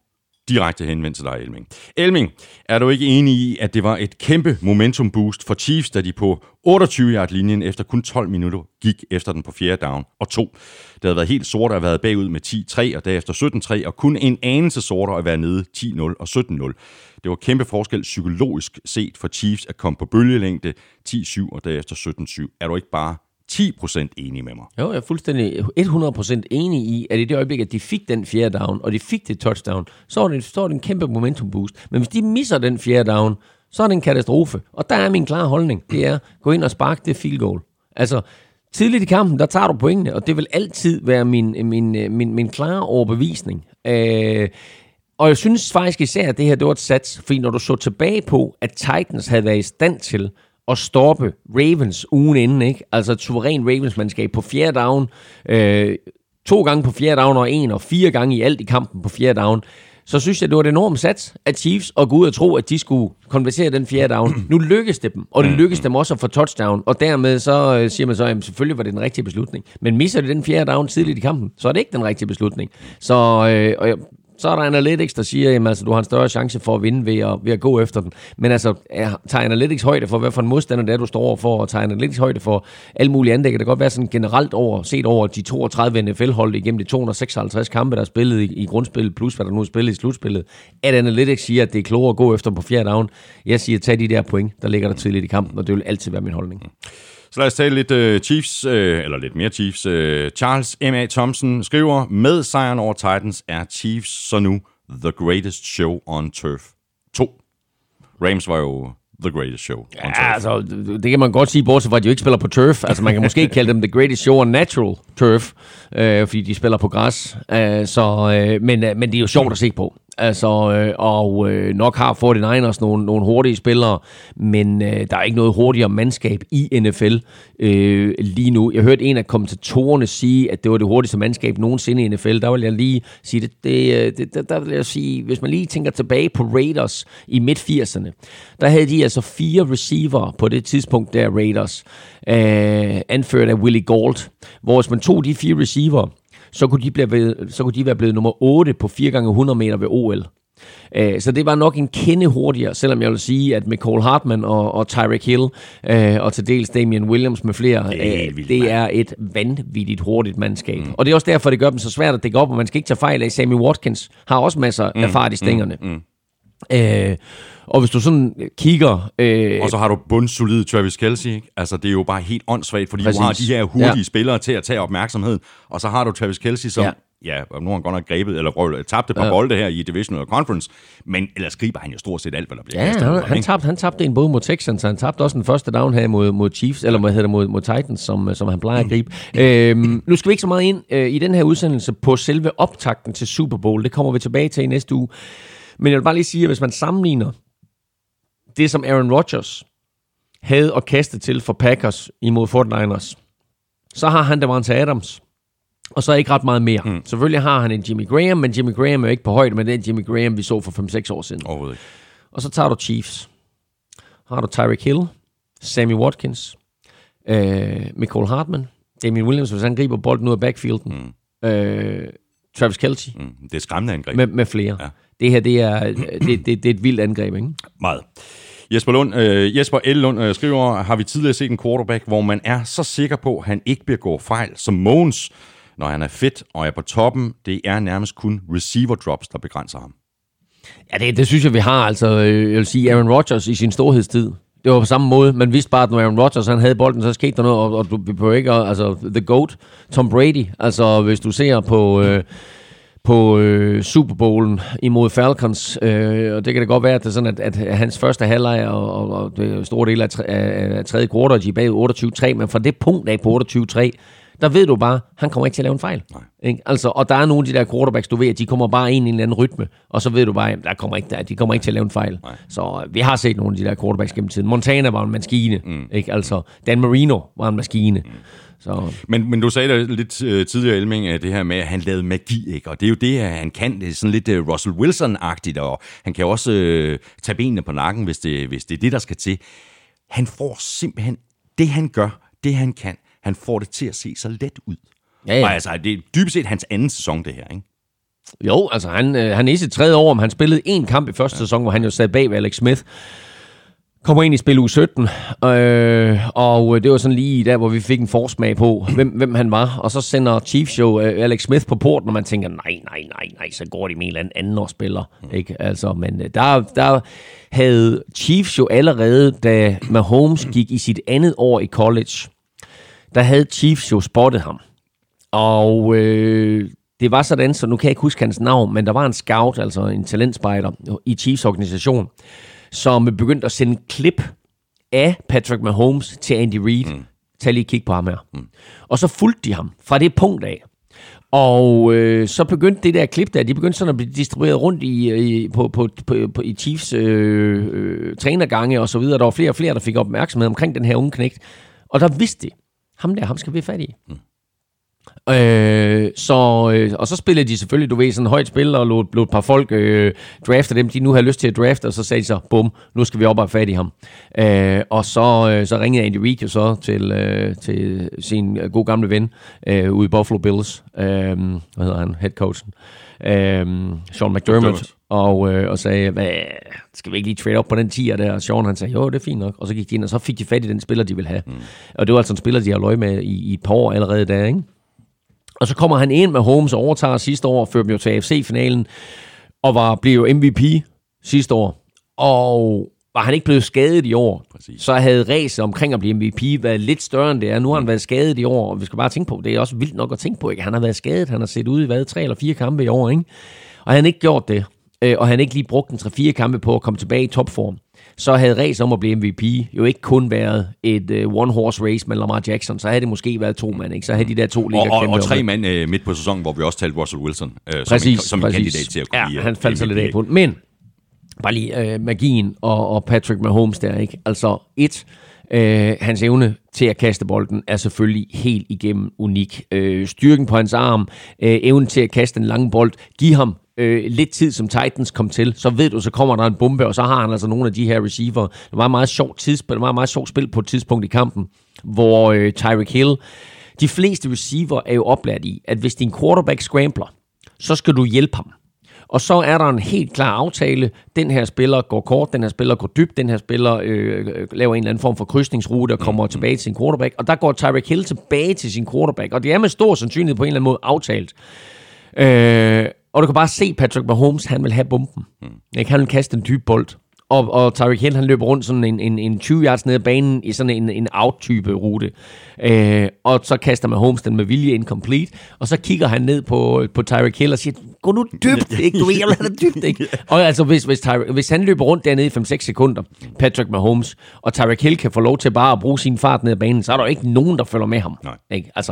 direkte henvendt til dig, Elming. Elming, er du ikke enig i, at det var et kæmpe momentum boost for Chiefs, da de på 28-yard-linjen efter kun 12 minutter gik efter den på 4. down og 2. Det havde været helt sort at have været bagud med 10-3 og derefter 17-3, og kun en anelse sort at være nede 10-0 og 17-0. Det var kæmpe forskel psykologisk set for Chiefs at komme på bølgelængde 10-7 og derefter 17-7. Er du ikke bare 10% enig med mig? Jo, jeg er fuldstændig 100% enig i, at i det øjeblik, at de fik den 4. down, og de fik det touchdown, så var det en kæmpe momentum boost. Men hvis de misser den 4. down, så er det en katastrofe. Og der er min klare holdning. Det er, gå ind og spark det field goal. Altså, tidligt i kampen, der tager du pointene, og det vil altid være min klare overbevisning. Og jeg synes faktisk især, at det her det var et sats, fordi når du så tilbage på, at Titans havde været i stand til at stoppe Ravens ugen inden, ikke? Altså et suveræn Ravens-mandskab på 4. down, 2 gange på 4. down og 1, og 4 gange i alt i kampen på 4. down, så synes jeg, det var et enormt sats af Chiefs at gå ud og tro, at de skulle konvertere den 4. down. Nu lykkedes det dem, og det lykkedes dem også at få touchdown, og dermed så siger man så, at selvfølgelig var det den rigtige beslutning. Men misser de den 4. down tidligt i kampen, så er det ikke den rigtige beslutning. Så er der Analytics, der siger, at altså, du har en større chance for at vinde ved at gå efter den. Men altså, tager Analytics højde for, hvad for en modstander det er, du står over for, og tager Analytics højde for alle mulige andre. Det kan godt være sådan generelt set over de 32 NFL-hold igennem de 256 kampe, der er spillet i grundspillet, plus hvad der nu er spillet i slutspillet, at Analytics siger, at det er klogere at gå efter på 4. down. Jeg siger, tag de der point, der ligger der tidligt i kampen, og det vil altid være min holdning. Så lad os tale lidt Chiefs, eller lidt mere Chiefs. Charles M.A. Thompson skriver, med sejren over Titans er Chiefs så nu the greatest show on turf. 2. Rams var jo the greatest show on turf. Ja, altså, det kan man godt sige, bortset fra, at de jo ikke spiller på turf. Altså, man kan måske kalde dem the greatest show on natural turf, fordi de spiller på græs. Men det er jo sjovt at se på. Altså, nok har 49ers nogle hurtige spillere, men der er ikke noget hurtigere mandskab i NFL lige nu. Jeg hørte en af kommentatorerne sige, at det var det hurtigste mandskab nogensinde i NFL. Der vil jeg lige sige, der vil jeg sige, hvis man lige tænker tilbage på Raiders i midt-80'erne, der havde de altså 4 receiver på det tidspunkt der, Raiders, anført af Willie Gault, hvor hvis man tog de 4 receiver, så kunne de være blevet nummer 8 på 4x100 meter ved OL. Så det var nok en kende hurtigere, selvom jeg vil sige, at Mecole Hardman og Tyreek Hill og til dels Damian Williams med flere, det er et vanvittigt hurtigt mandskab. Og det er også derfor, det gør dem så svært at dække op, og man skal ikke tage fejl af. Sammy Watkins har også masser af fart i stængerne. Og hvis du sådan kigger... og så har du bundsolide Travis Kelce, ikke? Altså, det er jo bare helt åndssvagt, fordi du har de her hurtige spillere til at tage opmærksomheden, og så har du Travis Kelce, som... Ja, nu har han godt nok grebet, eller tabte et par bolde her i Divisional Conference, men ellers griber han jo stort set alt, hvad der bliver kastet. Han tabte en både mod Texans, han tabte også den første down her mod Chiefs, eller mod Titans, som han plejer at gribe. Nu skal vi ikke så meget ind i den her udsendelse på selve optakten til Super Bowl. Det kommer vi tilbage til i næste uge. Men jeg vil bare lige sige, at hvis man sammenligner det, som Aaron Rodgers havde at kaste til for Packers imod 49ers, så har han Davante Adams, og så ikke ret meget mere. Selvfølgelig har han en Jimmy Graham, men Jimmy Graham er jo ikke på højde med den Jimmy Graham, vi så for 5-6 år siden. Overhovedet ikke. Og så tager du Chiefs. Har du Tyreek Hill, Sammy Watkins, Mecole Hardman, Damian Williams, hvis han griber bolden ud af backfielden, Travis Kelce. Det er skræmmende angreb. Med flere. Ja. Det her, det er et vildt angreb, ikke? Meget. Jesper L. Lund skriver, har vi tidligere set en quarterback, hvor man er så sikker på, at han ikke begår fejl som Mogens, når han er fit og er på toppen. Det er nærmest kun receiver drops, der begrænser ham. Ja, det synes jeg, vi har. Altså, jeg vil sige, Aaron Rodgers i sin storhedstid. Det var på samme måde. Man vidste bare, at når Aaron Rodgers han havde bolden, så skete der noget, og du behøver ikke, altså the GOAT, Tom Brady. Altså, hvis du ser på Super Bowlen imod Falcons, og det kan da godt være, at det er sådan, at hans første halvleg og det store del af tredje kvartal, de er bagud 28-3, men fra det punkt af på 28-3, der ved du bare, han kommer ikke til at lave en fejl. Ikke? Altså, og der er nogle af de der quarterbacks, du ved, at de kommer bare ind i en eller anden rytme, og så ved du bare, at de kommer ikke til at lave en fejl. Nej. Så vi har set nogle af de der quarterbacks gennem tiden. Montana var en maskine, ikke? Altså, Dan Marino var en maskine. Så. Men du sagde det lidt tidligere, Elming, det her med, at han lavede magi, ikke? Og det er jo det, han kan. Det er sådan lidt Russell Wilson-agtigt, og han kan også tage benene på nakken, hvis det er det, der skal til. Han får simpelthen det, han gør, det han kan. Han får det til at se så let ud. Ja. Og altså, det er dybest set hans anden sæson, det her, ikke? Jo, altså han er i sit 3. år, men han spillede 1 kamp i første sæson, hvor han jo sad bag ved Alex Smith. Kommer ind i spil uge 17, og det var sådan lige der, hvor vi fik en forsmag på, hvem han var. Og så sender Chiefs jo Alex Smith på porten, og man tænker, nej, så går de med en eller anden årsspiller. Ikke? Altså, men der havde Chiefs jo allerede, da Mahomes gik i sit 2. år i college, der havde Chiefs jo spottet ham. Og det var sådan, så nu kan jeg ikke huske hans navn, men der var en scout, altså en talentspejder i Chiefs organisation, som begyndte at sende klip af Patrick Mahomes til Andy Reid. Tag lige kig på ham her. Og så fulgte de ham fra det punkt af. Og så begyndte det der klip der, de begyndte sådan at blive distribueret rundt i Chiefs trænergange og så videre. Der var flere og flere, der fik opmærksomhed omkring den her unge knægt. Og der vidste de, ham skal vi have fat i. Og så spillede de selvfølgelig, du ved, sådan højt spil, og lod et par folk drafte dem, de nu havde lyst til at drafte, og så sagde de så, bum, nu skal vi op og have fat i ham. Og så ringede Andy Reid jo så til sin gode gamle ven ude i Buffalo Bills, hvad hedder han, headcoachen, Sean McDermott, og sagde, skal vi ikke lige trade op på den 10'er der? Og Sean han sagde, jo, det er fint nok. Og så gik de ind, og så fik de fat i den spiller, de ville have. Og det var altså en spiller, de har løg med i et par år allerede der, ikke? Og så kommer han ind med Holmes og overtager sidste år, førte dem jo til AFC-finalen, og blev jo MVP sidste år. Og var han ikke blevet skadet i år, så havde ræset omkring at blive MVP været lidt større end det er. Nu har han været skadet i år, og vi skal bare tænke på, det er også vildt nok at tænke på, ikke? Han har været skadet, han har set ud i 3 eller 4 kampe i år, ikke? Og han har ikke gjort det, og han ikke lige brugt en 3-4 kampe på at komme tilbage i topform. Så havde ræset om at blive MVP jo ikke kun været et one-horse race med Lamar Jackson, så havde det måske været 2 mand, ikke? Så havde de der 2 ligger kæmpe. Og 3 mand midt på sæsonen, hvor vi også talte Russell Wilson som en kandidat til at kunne blive. Ja, han faldt så lidt af på den. Men bare lige magien og Patrick Mahomes der, ikke? Altså hans evne til at kaste bolden er selvfølgelig helt igennem unik. Styrken på hans arm, evnen til at kaste en lang bold, give ham lidt tid, som Titans kom til, så ved du, så kommer der en bombe, og så har han altså nogle af de her receiver. Det var meget sjovt spil på et tidspunkt i kampen, hvor Tyreek Hill, de fleste receiver er jo oplært i, at hvis din quarterback scrambler, så skal du hjælpe ham. Og så er der en helt klar aftale. Den her spiller går kort, den her spiller går dybt, den her spiller laver en eller anden form for krydsningsrute og kommer tilbage til sin quarterback. Og der går Tyreek Hill tilbage til sin quarterback. Og det er med stor sandsynlighed på en eller anden måde aftalt. Og du kan bare se Patrick Mahomes, han vil have bomben. Han vil kaste en dyb bold. Og Tyreek Hill, han løber rundt sådan en 20 yards ned ad banen i sådan en out-type rute. Og så kaster Mahomes den med vilje incomplete, og så kigger han ned på Tyreek Hill og siger, gå nu dybt, ikke? Du ved, jeg vil have det dybt, ikke? Og altså, hvis han løber rundt dernede i 5-6 sekunder, Patrick Mahomes, og Tyreek Hill kan få lov til bare at bruge sin fart ned ad banen, så er der jo ikke nogen, der følger med ham. Ikke? Altså,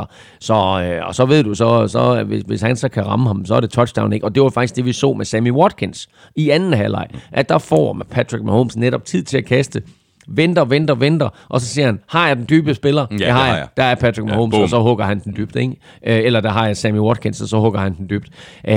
og så ved du, så hvis han så kan ramme ham, så er det touchdown, ikke? Og det var faktisk det, vi så med Sammy Watkins i anden halvleg, at der får med Patrick Mahomes netop tid til at kaste, venter, og så siger han, har jeg den dybe spiller? Ja, det har jeg. Der er Patrick Mahomes, og så hugger han den dybt, ikke? Eller der har jeg Sammy Watkins, og så hugger han den dybt.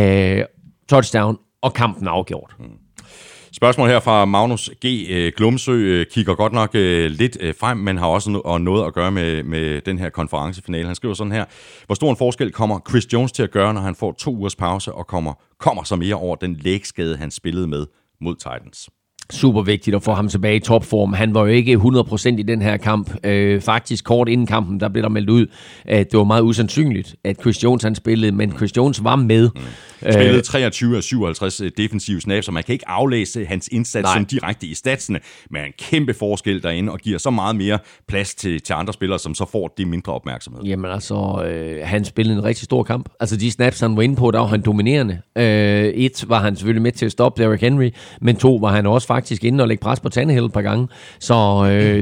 Touchdown, og kampen er afgjort. Spørgsmål her fra Magnus G. Glumsø kigger godt nok lidt frem, men har også noget at gøre med den her konferencefinale. Han skriver sådan her: hvor stor en forskel kommer Chris Jones til at gøre, når han får 2 ugers pause og kommer så mere over den lægskade, han spillede med mod Titans? Super vigtigt at få ham tilbage i topform. Han var jo ikke 100% i den her kamp. Faktisk kort inden kampen, der blev der meldt ud, at det var meget usandsynligt, at Chris Jones han spillede, men Chris Jones var med. Spillede 23 af 57 defensive snaps, så man kan ikke aflæse hans indsats som direkte i statsene, men en kæmpe forskel derinde, og giver så meget mere plads til andre spillere, som så får det mindre opmærksomhed. Jamen altså, han spillede en rigtig stor kamp. Altså de snaps, han var inde på, der var han dominerende. 1 var han selvfølgelig med til at stoppe Derrick Henry, men 2 var han også faktisk inde og lægge pres på Tannehill et par gange. Så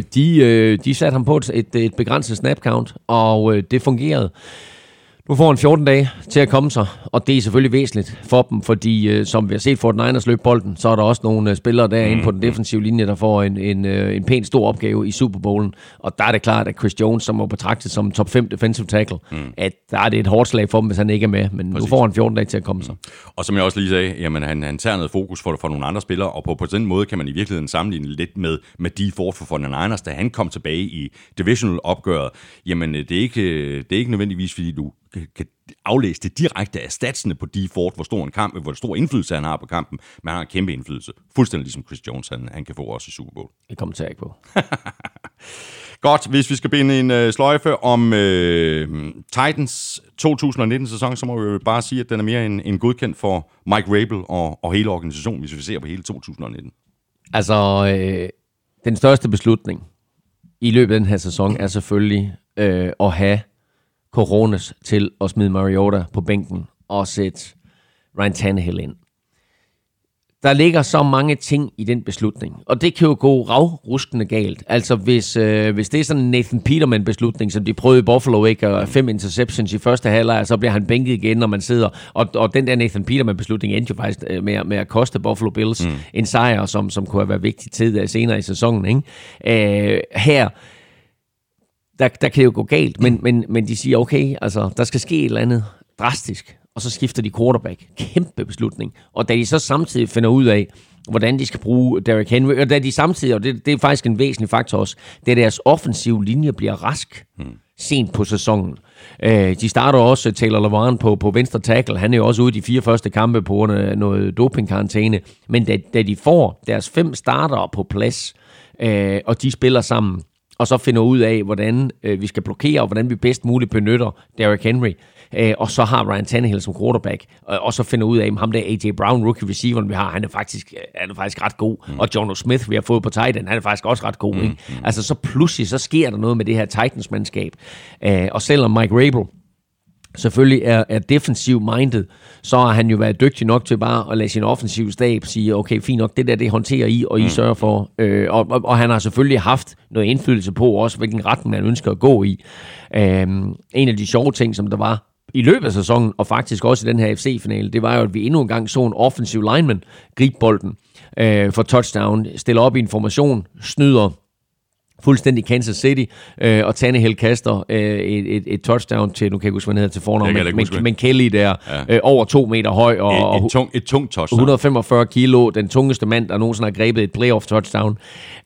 de satte ham på et begrænset snap count, og det fungerede. Nu får han 14 dage til at komme sig, og det er selvfølgelig væsentligt for dem, fordi som vi har set for den Niners løbe bolden, så er der også nogle spillere derinde på den defensive linje, der får en pæn stor opgave i Super Bowlen, og der er det klart, at Chris Jones, som var betragtet som top 5 defensive tackle, at der er det et hårdt slag for dem, hvis han ikke er med, men nu får han 14 dage til at komme sig. Og som jeg også lige sagde, jamen han tager noget fokus for nogle andre spillere, og på den måde kan man i virkeligheden sammenligne lidt med Dee Ford for den Niners, da han kom tilbage i divisional opgøret. Jamen det er ikke nødvendigvis, fordi du kan aflæse det direkte af statsene på Dee Ford, hvor stor indflydelse han har på kampen, men han har en kæmpe indflydelse. Fuldstændig ligesom Chris Jones, han kan få også i Super Bowl. Det kommer til at på. Godt, hvis vi skal binde en sløjfe om Titans 2019-sæson, så må vi jo bare sige, at den er mere end godkendt for Mike Vrabel og hele organisationen, hvis vi ser på hele 2019. Altså, den største beslutning i løbet af den her sæson er selvfølgelig at have Coronas til at smide Mariota på bænken og sætte Ryan Tannehill ind. Der ligger så mange ting i den beslutning, og det kan jo gå ravruskende galt. Altså hvis det er sådan en Nathan Peterman-beslutning, som de prøvede i Buffalo, ikke, og 5 interceptions i første halvleg, så bliver han bænket igen, når man sidder. Og den der Nathan Peterman-beslutning endte jo faktisk med at koste Buffalo Bills en sejr, som kunne have været vigtig tid senere i sæsonen. Ikke? Her der kan det jo gå galt, men de siger, okay, altså, der skal ske et eller andet drastisk, og så skifter de quarterback. Kæmpe beslutning. Og da de så samtidig finder ud af, hvordan de skal bruge Derrick Henry, og da de samtidig, og det er faktisk en væsentlig faktor også, det er deres offensive linje bliver rask sent på sæsonen. De starter også Taylor Lewan på venstre tackle. Han er jo også ude i de 4 første kampe på noget dopingkarantæne. Men da de får deres 5 startere på plads, og de spiller sammen, og så finder ud af, hvordan vi skal blokere, og hvordan vi bedst muligt benytter Derrick Henry, og så har Ryan Tannehill som quarterback, og så finder ud af, at ham der AJ Brown, rookie receiveren, vi har, han er faktisk ret god, og Jono Smith, vi har fået på tight end, han er faktisk også ret god. Ikke? Altså så pludselig, så sker der noget med det her Titans-mandskab, og selvom Mike Vrabel selvfølgelig er defensiv-minded, så har han jo været dygtig nok til bare at lade sin offensiv stab sige, okay, fint nok, det der, det håndterer I, og I sørger for. Og han har selvfølgelig haft noget indflydelse på også, hvilken retning han ønsker at gå i. En af de sjove ting, som der var i løbet af sæsonen, og faktisk også i den her FC-finale, det var jo, at vi endnu en gang så en offensiv lineman gribe bolden for touchdown, stiller op i en formation, snyder fuldstændig Kansas City, og Tannehill kaster et touchdown til, nu kan jeg huske, hvad han hedder til fornavn, men Kelly der, over 2 meter høj, og et tungt touchdown. 145 kilo, den tungeste mand, der nogensinde har grebet et playoff touchdown.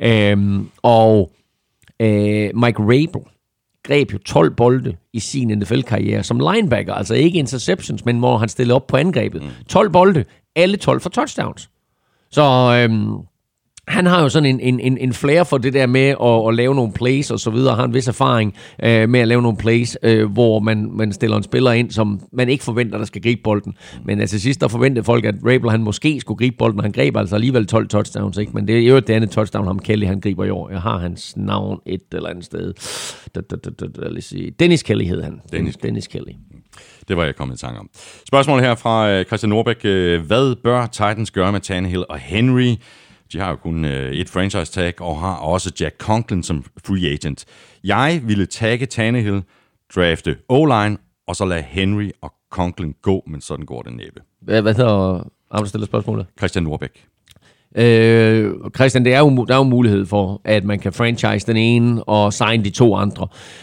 Mike Vrabel greb jo 12 bolde i sin NFL-karriere som linebacker, altså ikke interceptions, men hvor han stillede op på angrebet. 12 bolde, alle 12 for touchdowns. Så han har jo sådan en flair for det der med at lave nogle plays og så videre, har en vis erfaring med at lave nogle plays, hvor man stiller en spiller ind, som man ikke forventer, der skal gribe bolden. Men til sidst, der forventede folk, at Vrabel, han måske skulle gribe bolden, og han greb altså alligevel 12 touchdowns, ikke? Men det er jo det andet touchdown, ham Kelly, han griber i år. Jeg har hans navn et eller andet sted. Lad os sige. Dennis Kelly hed han. Dennis Kelly. Det var jeg kommet i tanke om. Spørgsmål her fra Christian Norbæk. Hvad bør Titans gøre med Tannehill og Henry? De har jo kun et franchise tag, og har også Jack Conklin som free agent. Jeg ville tagge Tannehill, drafte O-line, og så lade Henry og Conklin gå, men sådan går det næppe. Hvad hedder du stiller spørgsmålet? Christian Norbæk. Christian, der er jo mulighed for, at man kan franchise den ene og sign de 2 andre.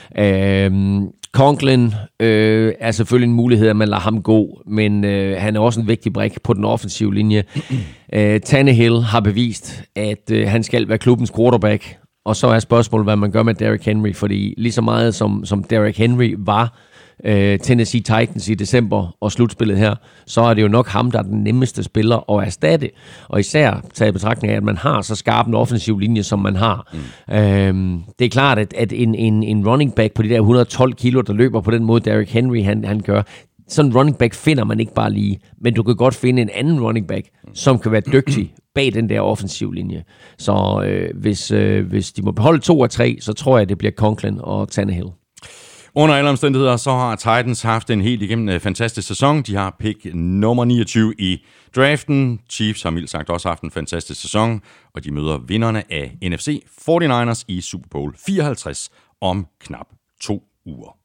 Conklin er selvfølgelig en mulighed, at man lader ham gå, men han er også en vigtig brik på den offensive linje. Tannehill har bevist, at han skal være klubbens quarterback, og så er spørgsmålet, hvad man gør med Derrick Henry, fordi lige så meget som Derrick Henry var Tennessee Titans i december og slutspillet her, så er det jo nok ham, der er den nemmeste spiller at erstatte, og især taget i betragtning af, at man har så skarp en offensiv linje, som man har. Det er klart, at en running back på de der 112 kilo, der løber på den måde, Derrick Henry han gør, sådan en running back finder man ikke bare lige, men du kan godt finde en anden running back, som kan være dygtig bag den der offensiv linje. Så hvis de må beholde 2 af 3, så tror jeg, det bliver Conklin og Tannehill. Under alle omstændigheder, så har Titans haft en helt igennem fantastisk sæson. De har pick nummer 29 i draften. Chiefs har mildt sagt også haft en fantastisk sæson, og de møder vinderne af NFC 49ers i Super Bowl 54 om knap 2 uger.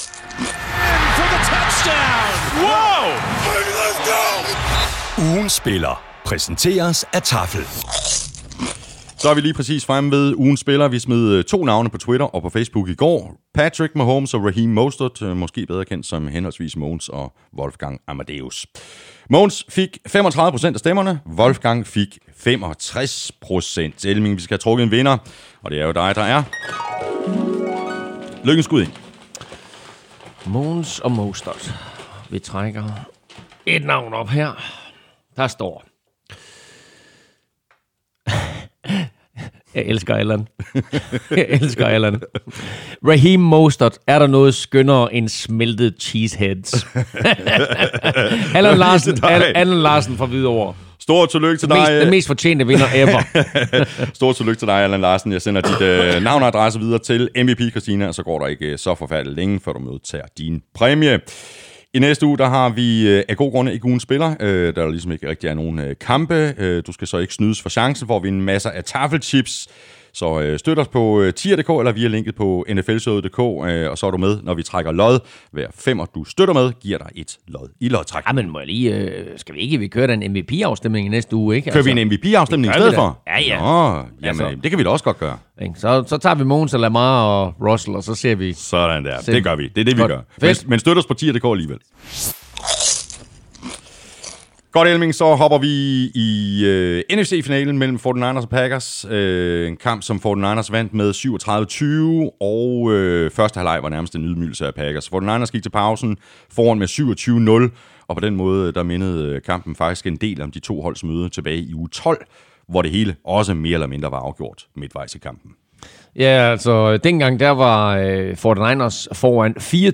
Ugens spiller præsenteres af Tafel. Så er vi lige præcis fremme ved ugens spiller. Vi smed 2 navne på Twitter og på Facebook i går. Patrick Mahomes og Raheem Mostert, måske bedre kendt som henholdsvis Mogens og Wolfgang Amadeus. Mogens fik 35% af stemmerne, Wolfgang fik 65%. Elming, vi skal have trukket en vinder, og det er jo dig, der er. Lykkens skud ind. Mons og Mostert. Vi trækker et navn op her. Der står... Jeg elsker Allan. Raheem Mostert, er der noget skønnere end smeltet cheeseheads? Allan Larsen fra Hvidovre. Stort tillykke til dig. Den mest fortjente vinder ever. Stort tillykke til dig, Allan Larsen. Jeg sender dit navn og adresse videre til MVP Christina, og så går der ikke så forfærdeligt længe, før du modtager din præmie. I næste uge, der har vi af gode grunde ikke ugens spiller. Der ligesom ikke rigtig er nogen kampe. Du skal så ikke snydes for chancen for at vinde masser af taffelchips. Så støt os på tier.dk eller via linket på nflshowet.dk, og så er du med, når vi trækker lod. Hver 5, du støtter med, giver dig et lod i lodtræk. Ja, men må jeg lige... skal vi ikke køre den MVP-afstemning i næste uge, ikke? Kører vi en MVP-afstemning i stedet for? Ja. Nå, jamen, det kan vi da også godt gøre. Så tager vi Mons og Lamar og Russell, og så ser vi... Sådan der. Det gør vi. Det er det, vi gør. Men støt os på tier.dk alligevel. Godt, Elming, så hopper vi i NFC-finalen mellem 49ers og Packers. En kamp, som 49ers vandt med 37-20, og første halvleg var nærmest en ydmygelse af Packers. 49ers gik til pausen foran med 27-0, og på den måde, der mindede kampen faktisk en del om de to holds møde tilbage i uge 12, hvor det hele også mere eller mindre var afgjort midtvejs i kampen. Ja, altså dengang der var 49ers foran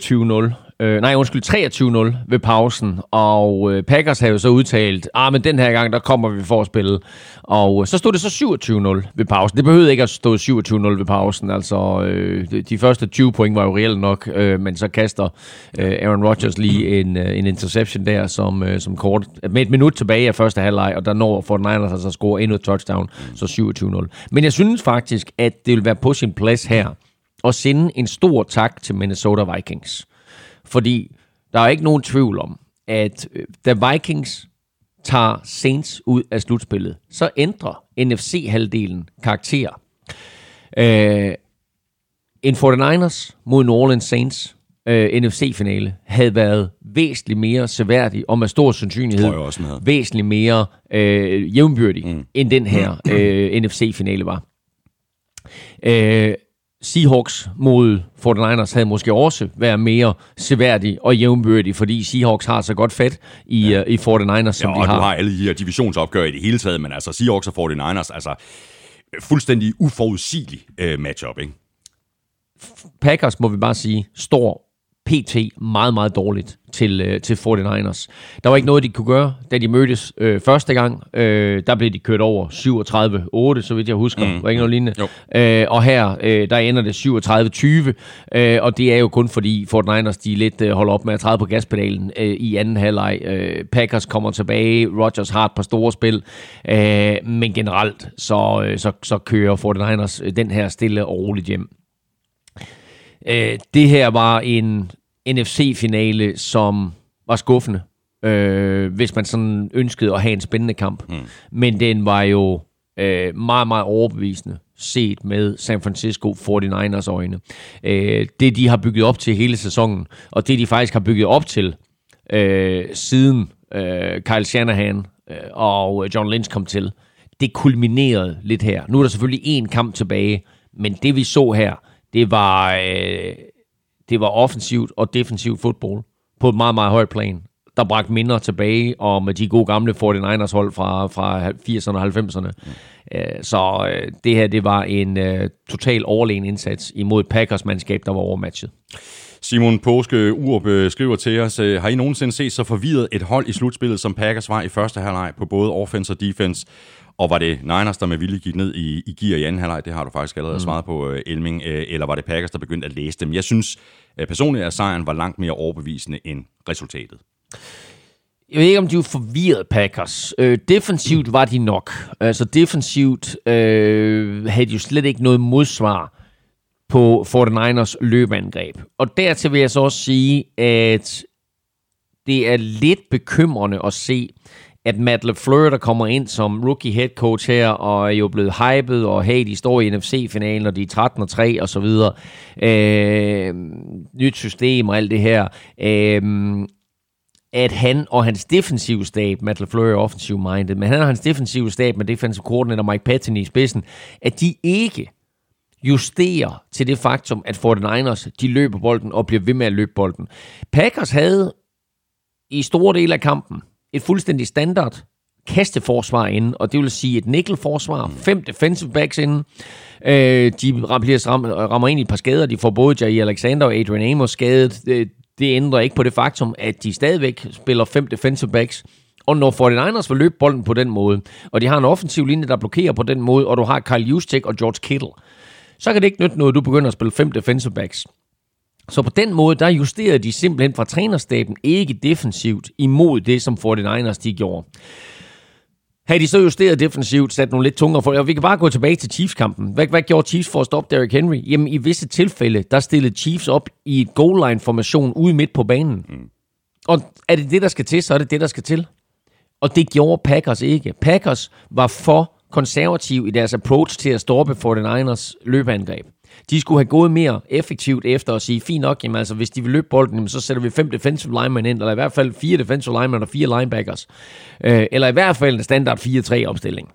23-0 ved pausen, og Packers havde jo så udtalt, men den her gang, der kommer vi for at spille. Og så stod det så 27-0 ved pausen. Det behøvede ikke at stå 27-0 ved pausen, altså de første 20 point var jo reelt nok, men så kaster Aaron Rodgers lige en interception der, som kort, med et minut tilbage af første halvleg, og der når 49ers altså at score endnu et touchdown, så 27-0. Men jeg synes faktisk, at det vil være på sin plads her, at sende en stor tak til Minnesota Vikings. Fordi der er ikke nogen tvivl om, at da Vikings tager Saints ud af slutspillet, så ændrer NFC-halvdelen karakter. En 49ers mod New Orleans Saints NFC-finale havde været væsentligt mere seværdig, og med stor sandsynlighed væsentligt mere jævnbyrdig, end den her NFC-finale var. Seahawks mod 49ers havde måske også været mere seværdig og jævnbyrdig, fordi Seahawks har så godt fat i 49ers, som de har. Og du har alle de her divisionsopgør i det hele taget, men altså Seahawks og 49ers, altså fuldstændig uforudsigelig matchup, ikke? Packers, må vi bare sige, står PT meget, meget dårligt til 49ers. Der var ikke noget, de kunne gøre, da de mødtes første gang. Der blev de kørt over 37-8, så vidt jeg husker. Var ikke noget lignende. Og her, der ender det 37-20, og det er jo kun fordi 49ers, de lidt holder op med at træde på gaspedalen i anden halvleg. Packers kommer tilbage, Rodgers har et par store spil, men generelt så kører 49ers den her stille og roligt hjem. Det her var en NFC-finale, som var skuffende, hvis man sådan ønskede at have en spændende kamp. Men den var jo meget, meget overbevisende set med San Francisco 49ers øjne. Det, de har bygget op til hele sæsonen, og det, de faktisk har bygget op til siden Kyle Shanahan og John Lynch kom til, det kulminerede lidt her. Nu er der selvfølgelig én kamp tilbage, men det, vi så her, det var offensivt og defensivt fodbold på et meget, meget højt plan, der bragte minder tilbage om de gode gamle 49ers hold fra 80'erne og 90'erne. Så det her, det var en total overlegen indsats imod Packers-mandskab, der var overmatchet. Simon Påske Urup skriver til os, har I nogensinde set så forvirret et hold i slutspillet, som Packers var i første halvleg på både offense og defense? Og var det Niners, der med vilje gik ned i gear i anden halvleg? Det har du faktisk allerede svaret på, Elming. Eller var det Packers, der begyndte at læse dem? Jeg synes personligt, at sejren var langt mere overbevisende end resultatet. Jeg ved ikke, om de var forvirret, Packers. Defensivt var de nok. Altså defensivt havde de jo slet ikke noget modsvar på 49ers løbeangreb. Og dertil vil jeg så også sige, at det er lidt bekymrende at se, at Matt LaFleur, der kommer ind som rookie head coach her, og er jo blevet hyped, og hey, de står i NFC-finalen, og de er 13-3 og så videre. Nyt system og alt det her. At han og hans defensive stab, Matt LaFleur er offensive-minded, men han og hans defensive stab med defensive coordinator Mike Pettine i spidsen, at de ikke justerer til det faktum, at 49ers, de løber bolden og bliver ved med at løbe bolden. Packers havde i store dele af kampen et fuldstændig standard kasteforsvar inde, og det vil sige et nickel-forsvar, 5 defensive backs inde. De rammer ind i et par skader. De får både Jair Alexander og Adrian Amos skadet. Det ændrer ikke på det faktum, at de stadigvæk spiller 5 defensive backs. Og når 49ers vil løbe bolden på den måde, og de har en offensiv linje, der blokerer på den måde, og du har Kyle Juszczyk og George Kittle, så kan det ikke nytte noget, at du begynder at spille 5 defensive backs. Så på den måde, der justerede de simpelthen fra trænerstaben ikke defensivt imod det, som 49ers de gjorde. Havde de så justeret defensivt, sat nogle lidt tungere for, og vi kan bare gå tilbage til Chiefs-kampen. Hvad gjorde Chiefs for at stoppe Derrick Henry? Jamen i visse tilfælde, der stillede Chiefs op i et goal line-formation ude midt på banen. Og er det det, der skal til, så er det det, der skal til. Og det gjorde Packers ikke. Packers var for konservativ i deres approach til at stoppe 49ers løbeangreb. De skulle have gået mere effektivt efter at sige, fint nok, jamen, altså, hvis de vil løbe bolden, jamen, så sætter vi 5 defensive linemen ind, eller i hvert fald 4 defensive linemen og 4 linebackers. Eller i hvert fald en standard 4-3 opstilling.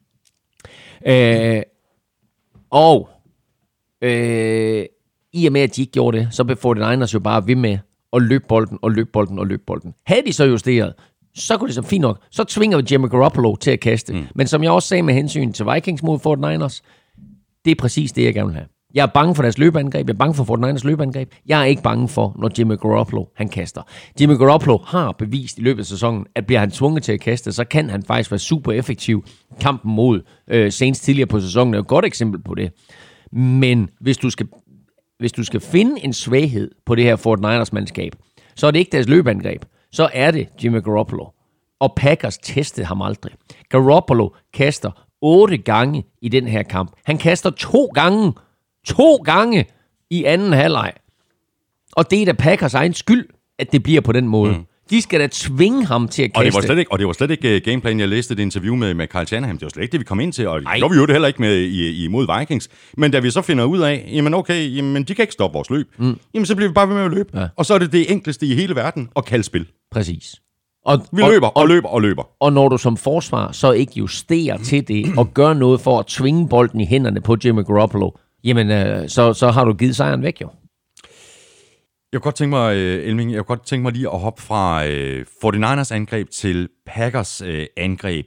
I og med, at de ikke gjorde det, så blev 49ers jo bare ved med at løbe bolden. Havde de så justeret, så kunne det så fint nok. Så tvinger vi Jimmy Garoppolo til at kaste. Men som jeg også sagde med hensyn til Vikings mod 49ers, det er præcis det, jeg gerne vil have. Jeg er bange for deres løbeangreb. Jeg er bange for 49ers løbeangreb. Jeg er ikke bange for, når Jimmy Garoppolo han kaster. Jimmy Garoppolo har bevist i løbet af sæsonen, at bliver han tvunget til at kaste, så kan han faktisk være super effektiv. Kampen mod Saints tidligere på sæsonen er et godt eksempel på det. Men hvis du skal finde en svaghed på det her 49ers-mandskab, så er det ikke deres løbeangreb. Så er det Jimmy Garoppolo. Og Packers testede ham aldrig. Garoppolo kaster 8 gange i den her kamp. Han kaster 2 gange i anden halvleg. Og det er da Packers egen skyld, at det bliver på den måde. De skal da tvinge ham til at kaste. Og det var slet ikke gameplan. Jeg læste et interview med Kyle Shanahan. Det var slet ikke det, vi kom ind til. Og det gjorde vi jo det heller ikke med imod Vikings. Men da vi så finder ud af, jamen okay, jamen de kan ikke stoppe vores løb. Jamen så bliver vi bare ved med at løbe. Ja. Og så er det det enkleste i hele verden at kalde spil. Præcis. Vi løber. Og når du som forsvar så ikke justerer til det, og gør noget for at tvinge bolden i hænderne på Jimmy Garoppolo, jamen så har du givet sejren væk jo. Jeg kunne godt tænke mig, Elming, lige at hoppe fra 49ers angreb til Packers angreb.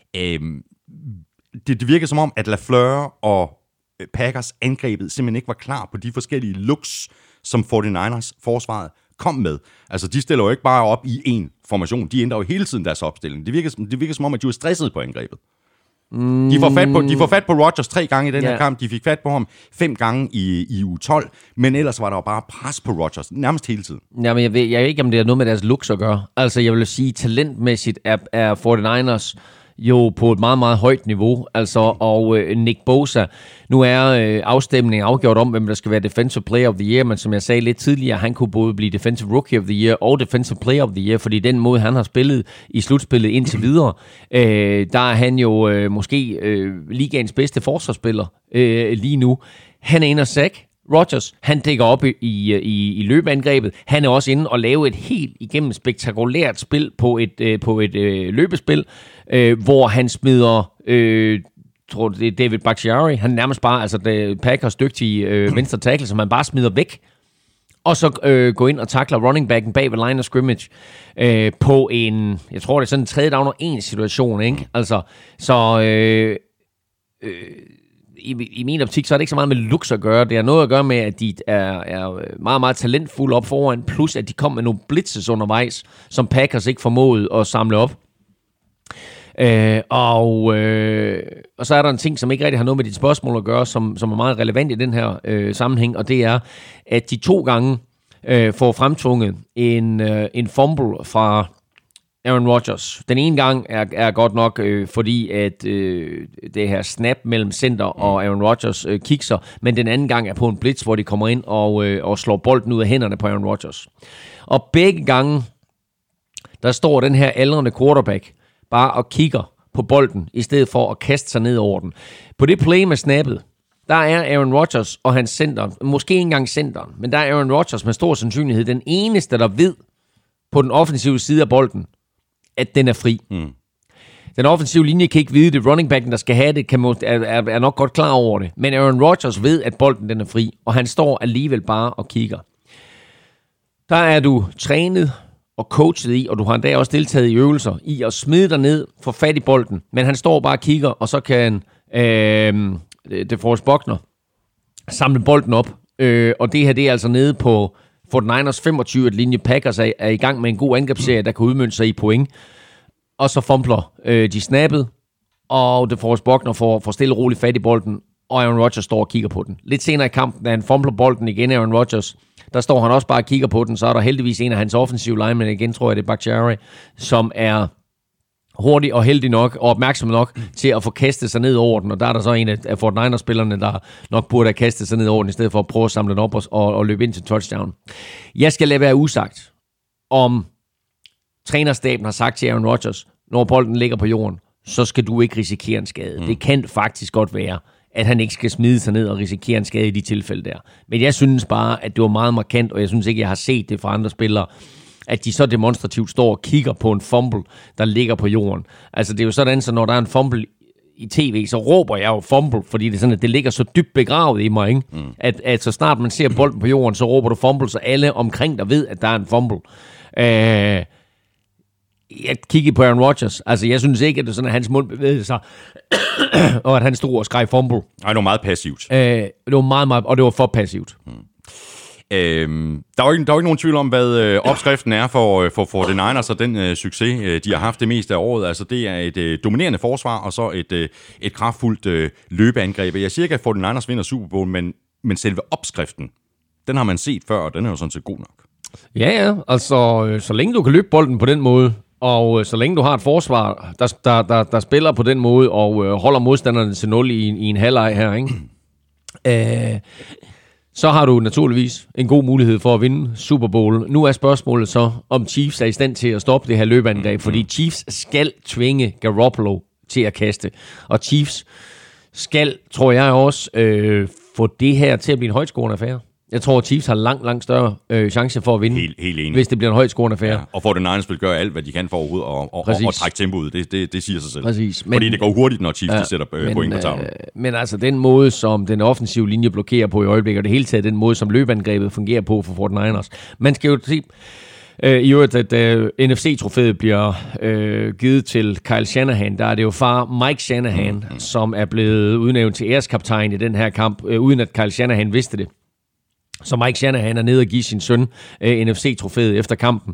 Det virker som om, at LaFleur og Packers angrebet simpelthen ikke var klar på de forskellige looks, som 49ers forsvaret kom med. Altså, de stiller jo ikke bare op i en formation. De ændrer jo hele tiden deres opstilling. Det virker som om, at de er stresset på angrebet. De får fat på Rodgers 3 gange i den her kamp. De fik fat på ham 5 gange i uge 12. Men ellers var der jo bare pres på Rodgers nærmest hele tiden. Jamen, jeg ved ikke, om det har noget med deres looks at gøre. Altså, jeg vil sige, talentmæssigt er 49ers jo på et meget, meget højt niveau. Altså, og Nick Bosa, nu er afstemningen afgjort om, hvem der skal være Defensive Player of the Year, men som jeg sagde lidt tidligere, han kunne både blive Defensive Rookie of the Year og Defensive Player of the Year, fordi den måde, han har spillet i slutspillet indtil videre, der er han jo måske ligaens bedste forsvarsspiller lige nu. Han er inde og sack. Rodgers, han dækker op i løbeangrebet. Han er også inde og lave et helt igennem spektakulært spil på et løbespil, hvor han smider, tror det er David Bakhtiari, han nærmest bare, altså Packers dygtige venstre tackle, som han bare smider væk, og så går ind og tackler running backen bag ved line of scrimmage på en, jeg tror det er sådan en 3. down og 1 situation, ikke? Altså, så i min optik, så er det ikke så meget med looks at gøre. Det har noget at gøre med, at de er meget, meget talentfulde op foran, plus at de kom med nogle blitzes undervejs, som Packers ikke formåede at samle op. Og så er der en ting, som ikke rigtig har noget med dit spørgsmål at gøre, som er meget relevant i den her sammenhæng, og det er, at de 2 gange får fremtvunget en fumble fra Aaron Rodgers. Den ene gang er godt nok, fordi at det her snap mellem center og Aaron Rodgers kikser, men den anden gang er på en blitz, hvor de kommer ind og slår bolden ud af hænderne på Aaron Rodgers. Og begge gange, der står den her aldrende quarterback bare og kigger på bolden, i stedet for at kaste sig ned over den. På det play med snappet, der er Aaron Rodgers og hans center, måske ikke engang centeren, men der er Aaron Rodgers med stor sandsynlighed den eneste, der ved på den offensive side af bolden, at den er fri. Den offensive linje kan ikke vide det. Running backen, der skal have det, er nok godt klar over det. Men Aaron Rodgers ved, at bolden den er fri, og han står alligevel bare og kigger. Der er du trænet og coachet i, og du har endda også deltaget i øvelser i at smide dig ned, få fat i bolden. Men han står bare og kigger, og så kan DeForest Buckner samle bolden op. Og det her, det er altså nede på 49ers 25 linje. Packers er i gang med en god angrebsserie, der kan udmønte sig i point. Og så fumbler de snappet, og DeForest Buckner får stille og roligt fat i bolden, og Aaron Rodgers står og kigger på den. Lidt senere i kampen, da han fumbler bolden igen, Aaron Rodgers, der står han også bare og kigger på den, så er der heldigvis en af hans offensive linemen, igen tror jeg, det er Bakhtiari, som er hurtig og heldig nok, og opmærksom nok til at få kastet sig ned over den, og der er der så en af 49ers-spillerne, der nok burde have kastet sig ned over den, i stedet for at prøve at samle den op og løbe ind til touchdown. Jeg skal lade være usagt, om trænerstaben har sagt til Aaron Rodgers, når bolden ligger på jorden, så skal du ikke risikere en skade. Det kan faktisk godt være, at han ikke skal smide sig ned og risikere en skade i de tilfælde der. Men jeg synes bare, at det var meget markant, og jeg synes ikke, jeg har set det fra andre spillere, at de så demonstrativt står og kigger på en fumble, der ligger på jorden. Altså det er jo sådan, så når der er en fumble i tv, så råber jeg jo fumble, fordi det er sådan, at det ligger så dybt begravet i mig, ikke? At så snart man ser bolden på jorden, så råber du fumble, så alle omkring der ved, at der er en fumble. Jeg kiggede på Aaron Rodgers. Altså, jeg synes ikke, at det er sådan, at hans mund bevægede sig, og at han stod og skreg fumble. Nej, det var meget passivt. Det var meget, og det var for passivt. Der er jo ikke nogen tvivl om, hvad opskriften er for den Niners og den succes, de har haft det meste af året. Altså, det er et dominerende forsvar, og så et kraftfuldt løbeangreb. Jeg siger ikke, at 49ers vinder Super Bowl, men selve opskriften, den har man set før, og den er jo sådan set god nok. Ja, altså, så længe du kan løbe bolden på den måde, og så længe du har et forsvar, der spiller på den måde, og holder modstanderne til 0 i en halvleg her, ikke? Så har du naturligvis en god mulighed for at vinde Super Bowl. Nu er spørgsmålet så, om Chiefs er i stand til at stoppe det her løbeangreb, fordi Chiefs skal tvinge Garoppolo til at kaste. Og Chiefs skal, tror jeg også, få det her til at blive en højtskårende affære. Jeg tror, at Chiefs har langt større chance for at vinde, helt enig, hvis det bliver en højtskårende affære. Ja, og for den Niners vil gøre alt, hvad de kan for overhovedet og trække tempoet. Det siger sig selv. Præcis. Fordi det går hurtigt, når Chiefs sætter point på tavlen. Men altså den måde, som den offensive linje blokerer på i øjeblikket, og det hele taget den måde, som løbeangrebet fungerer på for 49ers. Man skal jo se i øvrigt, at NFC-trofæet bliver givet til Kyle Shanahan. Der er det jo far Mike Shanahan, som er blevet udnævnt til æreskaptajn i den her kamp, uden at Kyle Shanahan vidste det. Så Mike Shanahan er nede og give sin søn NFC-trofæet efter kampen.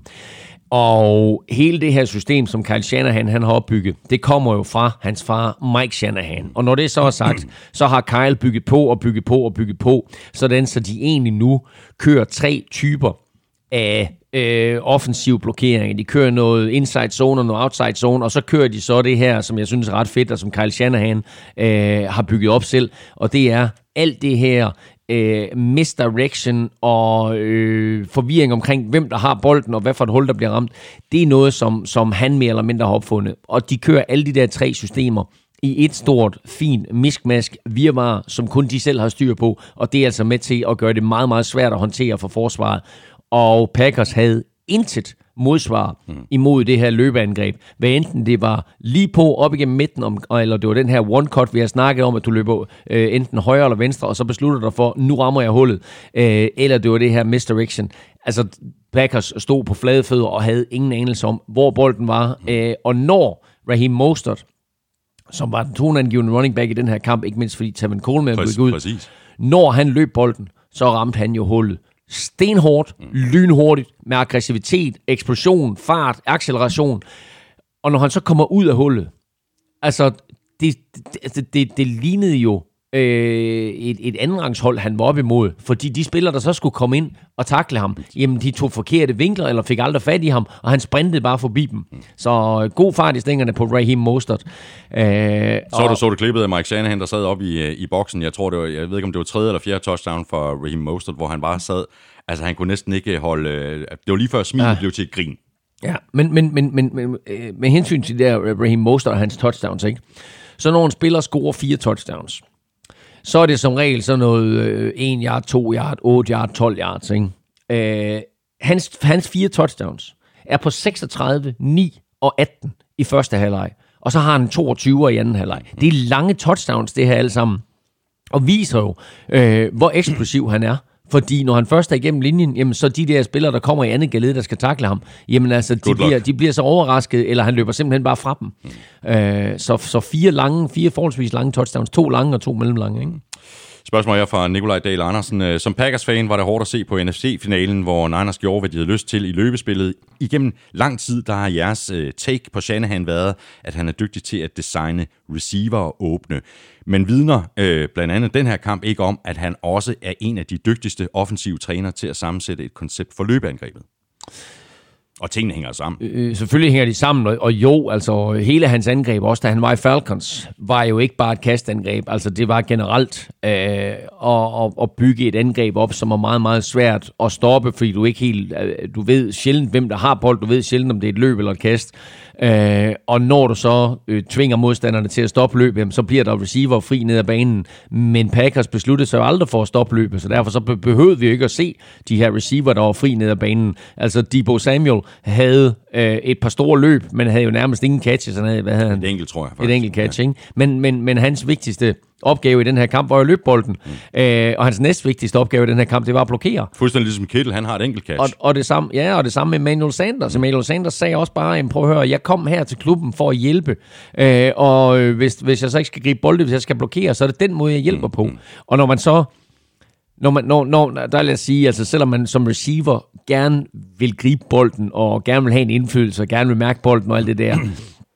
Og hele det her system, som Kyle Shanahan han har opbygget, det kommer jo fra hans far Mike Shanahan. Og når det så er sagt, så har Kyle bygget på, sådan så de egentlig nu kører 3 typer af offensiv blokering. De kører noget inside zone og noget outside zone, og så kører de så det her, som jeg synes er ret fedt, og som Kyle Shanahan har bygget op selv. Og det er alt det her misdirection og forvirring omkring, hvem der har bolden, og hvad for et hul, der bliver ramt. Det er noget, som han mere eller mindre har opfundet. Og de kører alle de der 3 systemer i et stort, fint miskmask virvar, som kun de selv har styr på, og det er altså med til at gøre det meget, meget svært at håndtere for forsvaret. Og Packers havde intet modsvar imod det her løbeangreb. Hvad enten det var lige på, op igennem midten, eller det var den her one-cut, vi har snakket om, at du løber enten højre eller venstre, og så beslutter dig for, nu rammer jeg hullet. Eller det var det her misdirection. Altså, Packers stod på flade fødder og havde ingen anelse om, hvor bolden var. Og når Raheem Mostert, som var den toneangivende running back i den her kamp, ikke mindst fordi Tevin Coleman blev ud, når han løb bolden, så ramte han jo hullet stenhårdt, lynhurtigt, med aggressivitet, eksplosion, fart, acceleration. Og når han så kommer ud af hullet, altså, det lignede jo et andenrangshold, han var op imod, fordi de spillere, der så skulle komme ind og takle ham, jamen de tog forkerte vinkler, eller fik aldrig fat i ham, og han sprintede bare forbi dem. Så god fart i stængerne på Raheem Mostert. Så du klippet af Mike Shanahan, der sad oppe i boksen. Jeg tror, jeg ved ikke, om det var 3. eller 4. touchdown for Raheem Mostert, hvor han bare sad, altså han kunne næsten ikke holde, det var lige før smilet blev til et grin. Ja, men med hensyn til det der Raheem Mostert og hans touchdowns, ikke? Så når en spiller scorer 4 touchdowns, så er det som regel sådan noget 1 yard, 2 yard, 8 yard, 12 yards. Ikke? Hans 4 touchdowns er på 36, 9 og 18 i første halvleg. og så har han 22'er i anden halvleg. Det er lange touchdowns, det her alle sammen. Og viser jo, hvor eksplosiv han er. Fordi når han først er igennem linjen, jamen, så de der spillere, der kommer i andet galede, der skal takle ham, jamen altså, de bliver så overrasket, eller han løber simpelthen bare fra dem. Så fire forholdsvis lange touchdowns, 2 lange og 2 mellemlange, ikke? Spørgsmål er fra Nikolaj Dahl Andersen. Som Packers-fan var det hårdt at se på NFC-finalen, hvor Niners gjorde, hvad de havde lyst til i løbespillet. Igennem lang tid, der har jeres take på Shanahan været, at han er dygtig til at designe receiver og åbne. Men vidner blandt andet den her kamp ikke om, at han også er en af de dygtigste offensive trænere til at sammensætte et koncept for løbeangrebet. Og tingene hænger sammen. Selvfølgelig hænger de sammen, og jo, altså hele hans angreb, også da han var i Falcons, var jo ikke bare et kastangreb. Altså det var generelt at bygge et angreb op, som er meget, meget svært at stoppe, fordi du ved sjældent, hvem der har bold, du ved sjældent, om det er et løb eller et kast. Og når du så tvinger modstanderne til at stoppe løbet, så bliver der receiver fri ned ad banen. Men Packers besluttede sig jo aldrig for at stoppe løbet, så derfor så behøvede vi jo ikke at se de her receiver, der var fri ned ad banen. Altså Deebo Samuel havde et par store løb, men havde jo nærmest ingen catches. Hvad havde han? Et enkelt, tror jeg. Faktisk. Et enkelt catch, ikke? Men hans vigtigste opgave i den her kamp var jo løbbolden. Og hans næstvigtigste opgave i den her kamp, det var at blokere. Fuldstændig ligesom Kittle, han har et enkelt catch. Og det samme, og det samme med Emmanuel Sanders. Emmanuel Sanders sagde også bare, prøv at høre, jeg kom her til klubben for at hjælpe. Og hvis jeg så ikke skal gribe bolden, hvis jeg skal blokere, så er det den måde, jeg hjælper på. Og når man så der lad os sige, altså selvom man som receiver gerne vil gribe bolden, og gerne vil have en indflydelse, og gerne vil mærke bolden og alt det der,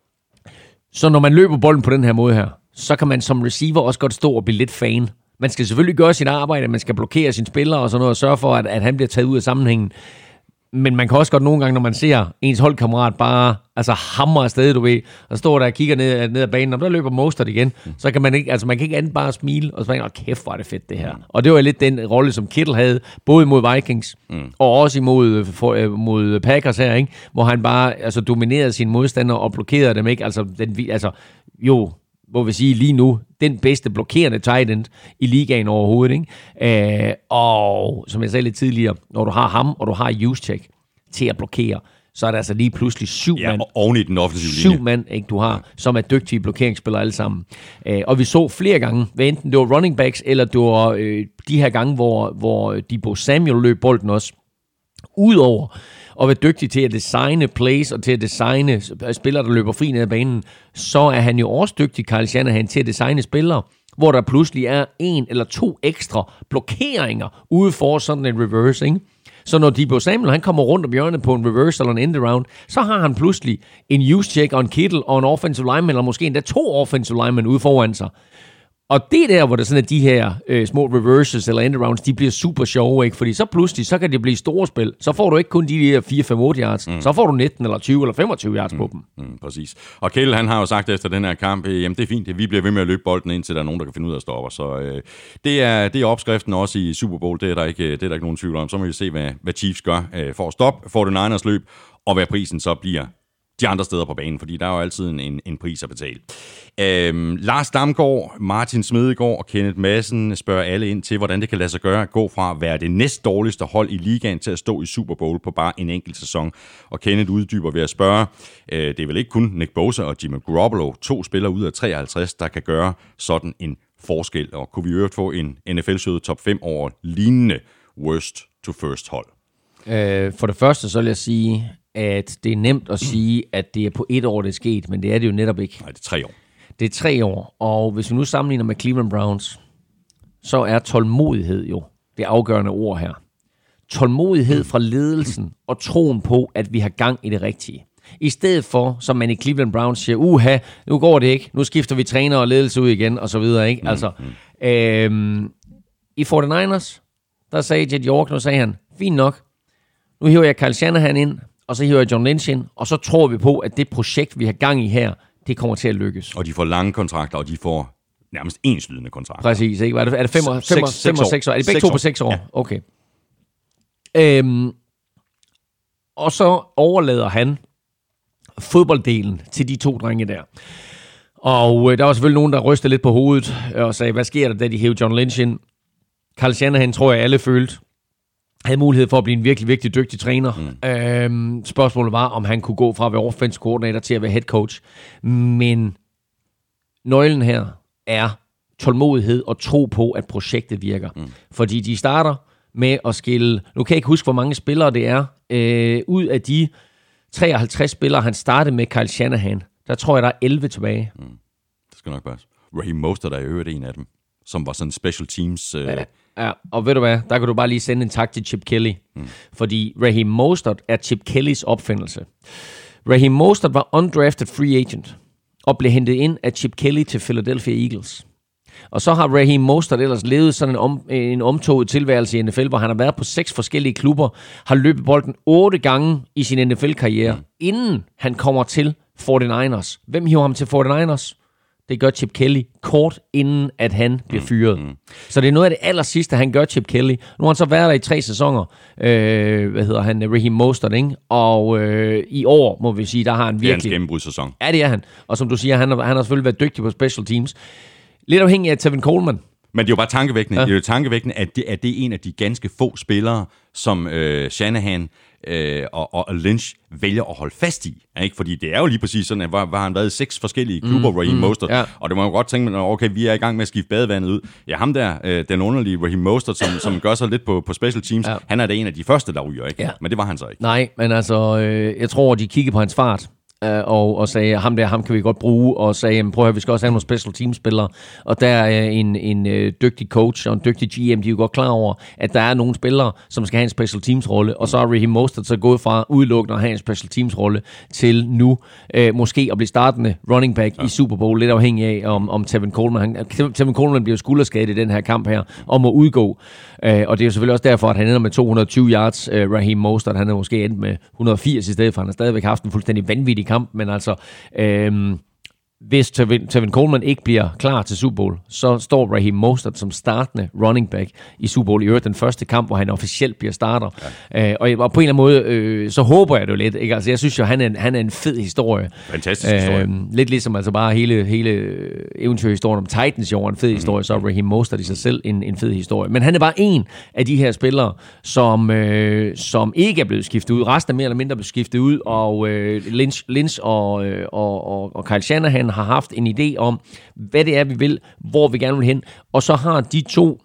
så når man løber bolden på den her måde her, så kan man som receiver også godt stå og blive lidt fan. Man skal selvfølgelig gøre sit arbejde, man skal blokere sine spillere og sådan noget, og sørge for, at han bliver taget ud af sammenhængen. Men man kan også godt nogle gange, når man ser ens holdkammerat bare hammer afsted, du ved, og står der og kigger ned ad banen, og der løber Mostert igen, så kan man ikke, man kan ikke andet bare smile, og så tænke, kæft, hvor er det fedt det her. Og det var lidt den rolle, som Kittle havde, både mod Vikings, og også mod Packers her, ikke? Hvor han bare dominerede sine modstandere og blokerede dem, ikke? Hvor vi sige lige nu, den bedste blokerende tight end i ligaen overhovedet, ikke? Og som jeg sagde lidt tidligere, når du har ham, og du har Juszczyk til at blokere, så er der altså lige pludselig 7 mand. Oven i den offensive linje. 7 mand, ikke, du har, som er dygtige blokeringsspillere alle sammen. Og vi så flere gange, hvad enten det var running backs, eller det var de her gange, hvor Deebo Samuel løb bolden også, udover og være dygtig til at designe plays og til at designe spillere, der løber fri ned ad banen, så er han jo også dygtig, Kyle Shanahan, til at designe spillere, hvor der pludselig er 1 eller 2 ekstra blokeringer ude for sådan en reverse, ikke? Så når Deebo Samuel, han kommer rundt om hjørnet på en reverse eller en end around, så har han pludselig en Juszczyk og en Kittle og en offensive lineman, eller måske endda 2 offensive linemen ude foran sig. Og det der, hvor der sådan at de her små reverses eller endarounds, de bliver super sjove, ikke? Fordi så pludselig, så kan det blive store spil. Så får du ikke kun de der 4-5-8 yards. Så får du 19 eller 20 eller 25 yards på dem. Præcis. Og Kittle, han har jo sagt efter den her kamp, jamen det er fint, vi bliver ved med at løbe bolden, indtil der er nogen, der kan finde ud af at stoppe. Så det er opskriften også i Super Bowl. Det er der ikke nogen tvivl om. Så må vi se, hvad Chiefs gør for at stoppe 49ers løb, og hvad prisen så bliver de andre steder på banen, fordi der er jo altid en pris at betale. Lars Damgaard, Martin Smedegaard og Kenneth Madsen spørger alle ind til, hvordan det kan lade sig gøre at gå fra at være det næst dårligste hold i ligaen til at stå i Super Bowl på bare en enkelt sæson. Og Kenneth uddyber ved at spørge, det er vel ikke kun Nick Bosa og Jimmy Garoppolo, 2 spillere ud af 53, der kan gøre sådan en forskel. Og kunne vi øvrigt få en NFL-showet top 5 over lignende worst to first hold? For det første, så vil jeg sige, at det er nemt at sige, at det er på 1 år, det er sket, men det er det jo netop ikke. Nej, det er 3 år. Det er 3 år, og hvis vi nu sammenligner med Cleveland Browns, så er tålmodighed jo det afgørende ord her. Tålmodighed fra ledelsen og troen på, at vi har gang i det rigtige. I stedet for, som man i Cleveland Browns siger, nu går det ikke, nu skifter vi træner og ledelse ud igen, og så videre, ikke? I 49ers, der sagde Jed York, nu sagde han, fint nok, nu hiver jeg Kyle Shanahan ind, og så hiver jeg John Lynch ind, og så tror vi på, at det projekt, vi har gang i her, det kommer til at lykkes. Og de får lange kontrakter, og de får nærmest enslydende kontrakter. Præcis, ikke? Er det 5 og 6 år? Er det begge 2 på 6 år? Ja. Okay. Og så overlader han fodbolddelen til de 2 drenge der. Og der var selvfølgelig nogen, der rystede lidt på hovedet og sagde, hvad sker der, da de hævde John Lynch ind? Kyle Shanahan, tror jeg, alle følte, havde mulighed for at blive en virkelig, virkelig dygtig træner. Spørgsmålet var, om han kunne gå fra at være offensive coordinator til at være head coach. Men nøglen her er tålmodighed og tro på, at projektet virker. Fordi de starter med at skille, nu kan jeg ikke huske, hvor mange spillere det er, ud af de 53 spillere, han startede med Kyle Shanahan, der tror jeg, der er 11 tilbage. Det skal nok passe. Raheem Mostert er i øvrigt en af dem, som var sådan special teams. Ja, og ved du hvad, der kan du bare lige sende en tak til Chip Kelly, fordi Raheem Mostert er Chip Kellys opfindelse. Raheem Mostert var undrafted free agent, og blev hentet ind af Chip Kelly til Philadelphia Eagles. Og så har Raheem Mostert ellers levet sådan en omtoget tilværelse i NFL, hvor han har været på 6 forskellige klubber, har løbet bolden 8 gange i sin NFL-karriere, inden han kommer til 49ers. Hvem hiver ham til 49ers? Det gør Chip Kelly kort inden, at han bliver fyret. Så det er noget af det allersidste, han gør, Chip Kelly. Nu har han så været der i 3 sæsoner. Raheem Mostert, ikke? Og i år, må vi sige, der har han virkelig... Det er hans gennembrudssæson. Ja, det er han. Og som du siger, han har selvfølgelig været dygtig på special teams. Lidt afhængig af Tevin Coleman. Men det er jo bare tankevækkende. Ja. Det er jo tankevækkende, at det er en af de ganske få spillere, som Shanahan og Lynch vælger at holde fast i. Ikke? Fordi det er jo lige præcis sådan, at var han været i 6 forskellige klubber, Raheem Mostert. Ja. Og det må man godt tænke, okay, vi er i gang med at skifte badevandet ud. Ja, ham der, den underlige Raheem Mostert, som gør sig lidt på special teams, han er da en af de første, der ryger, ikke? Ja. Men det var han så ikke. Nej, men altså, jeg tror, de kiggede på hans fart. Og sagde, ham kan vi godt bruge, og sagde, prøv at høre, vi skal også have nogle special team-spillere, og der er en dygtig coach og en dygtig GM, de er jo godt klar over, at der er nogle spillere, som skal have en special teams-rolle, og så er Raheem Mostert så gået fra udelukkende at have en special teams-rolle, til nu måske at blive startende running back i Super Bowl, lidt afhængig af, om Tevin Coleman. Tevin Coleman bliver skulderskadet i den her kamp her, og må udgå, og det er jo selvfølgelig også derfor, at han ender med 220 yards, Raheem Mostert, han er måske endt med 180 i stedet for, han har stadigvæk haft en fuldstændig vanvittig kamp, men altså, hvis Tevin Coleman ikke bliver klar til Super Bowl, så står Raheem Mostert som startende running back i Super Bowl, i øvrigt den første kamp, hvor han officielt bliver starter. Ja. Og på en eller anden måde, så håber jeg det jo lidt. Ikke? Altså, jeg synes jo, han er en fed historie. Fantastisk historie. Lidt ligesom altså bare hele eventyrhistorien om Titans jo en fed historie, så er Raheem Mostert i sig selv en fed historie. Men han er bare en af de her spillere, som ikke er blevet skiftet ud. Resten er mere eller mindre blevet skiftet ud, og Lynch og Kyle Shanahan har haft en idé om, hvad det er, vi vil, hvor vi gerne vil hen, og så har de to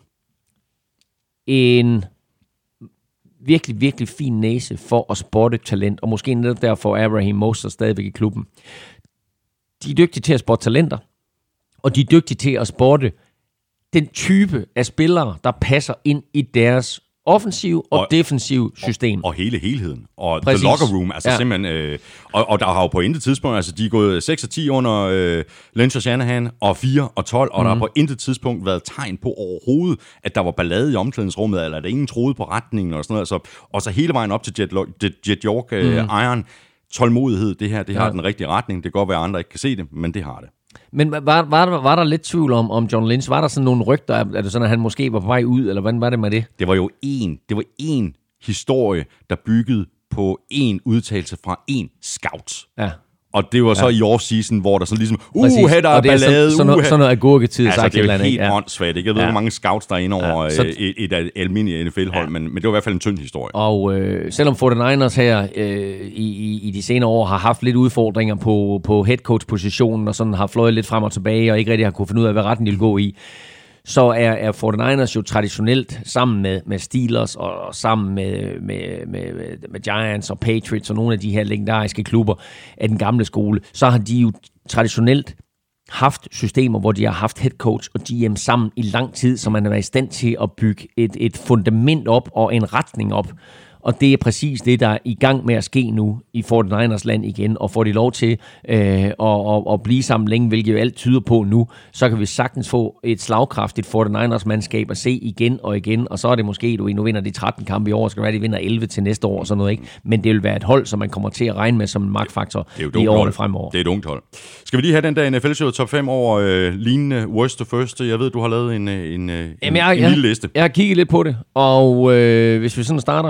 en virkelig, virkelig fin næse for at spotte talent, og måske netop derfor er Raheem Mostert stadigvæk i klubben. De er dygtige til at spotte talenter, og de er dygtige til at spotte den type af spillere, der passer ind i deres offensiv og defensiv system. Og hele helheden. Og præcis. The locker room. Altså simpelthen... Og der har jo på intet tidspunkt... Altså, de er gået 6-10 under Lynch og Shanahan, og 4-12, og der har på intet tidspunkt været tegn på overhovedet, at der var ballade i omklædningsrummet, eller at ingen troede på retningen, og sådan noget. Altså, og så hele vejen op til Jet York Iron. Tålmodighed, det her har den rigtige retning. Det kan godt være, at andre ikke kan se det, men det har det. Men var der lidt tvivl om John Lynch? Var der sådan nogle rygter, er det sådan, at han måske var på vej ud, eller hvordan var det med det? Det var jo en historie, der byggede på en udtalelse fra en scout. Ja. Og det var så i off-season, hvor der sådan ligesom, her der er ballade. Sådan noget agurketid, altså, det er jo helt åndssvagt. Jeg ved ikke, hvor mange scouts der er inde over et almindeligt NFL-hold, men det var i hvert fald en tynd historie. Og selvom 49ers her i de senere år har haft lidt udfordringer på head coach-positionen, og sådan har fløjet lidt frem og tilbage, og ikke rigtig har kunne finde ud af, hvad retten de vil gå i, så er 49ers jo traditionelt sammen med Steelers og sammen med Giants og Patriots og nogle af de her legendariske klubber af den gamle skole, så har de jo traditionelt haft systemer, hvor de har haft head coach og GM sammen i lang tid, så man har været i stand til at bygge et fundament op og en retning op. Og det er præcis det, der er i gang med at ske nu i 49ers land igen, og får de lov til at blive sammen længe, hvilket jo alt tyder på nu, så kan vi sagtens få et slagkraftigt 49ers-mandskab at se igen og igen, og så er det måske, nu vinder de 13 kampe i år, skal det være, de vinder 11 til næste år og sådan noget, ikke? Men det vil være et hold, som man kommer til at regne med som en magtfaktor i årene fremover. Det er et ungt hold. Skal vi lige have den der NFL-show top 5 over lignende worst to first? Jeg ved, du har lavet en lille liste. Jeg har kigget lidt på det, og hvis vi sådan starter fra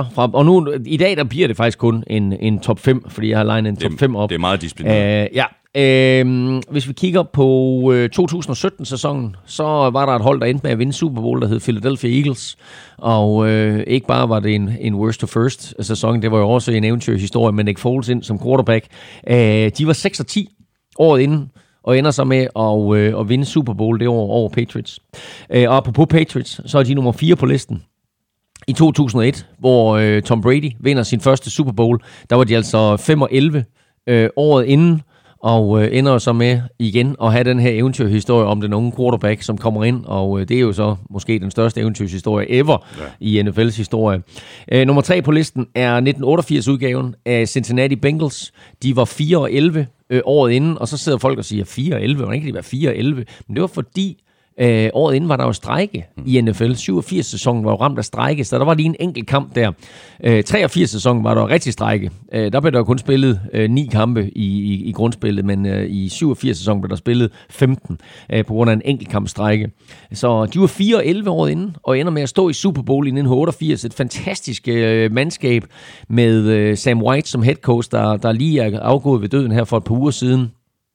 Og nu, i dag, der bliver det faktisk kun en top 5, fordi jeg har legnet en top 5 op. Det er meget disciplineret. Ja. Hvis vi kigger på 2017-sæsonen, så var der et hold, der endte med at vinde Super Bowl, der hed Philadelphia Eagles. Og ikke bare var det en worst to first sæson, det var jo også en eventyrhistorie med Nick Foles ind som quarterback. De var 6-10 året inden, og ender så med at vinde Super Bowl det år over Patriots. Og apropos Patriots, så er de nummer 4 på listen. I 2001, hvor Tom Brady vinder sin første Super Bowl, der var de altså 5-11 året inden, og ender så med igen at have den her eventyrhistorie om den unge quarterback, som kommer ind, og det er jo så måske den største eventyrshistorie ever i NFL's historie. Nummer 3 på listen er 1988-udgaven af Cincinnati Bengals. De var 4-11 året inden, og så sidder folk og siger 4-11, hvordan kan de være 4-11? Men det var fordi, året inden var der jo strejke i NFL. 87-sæsonen var jo ramt af strejke, så der var lige en enkelt kamp der. 83-sæsonen var der rigtig strejke. Der blev der kun spillet 9 kampe i grundspillet, men i 87-sæsonen blev der spillet 15 på grund af en enkelt kamp strejke. Så de var 4-11 året inden, og ender med at stå i Super Bowl i 1988. Et fantastisk mandskab med Sam White som head coach, der lige er afgået ved døden her for et par uger siden.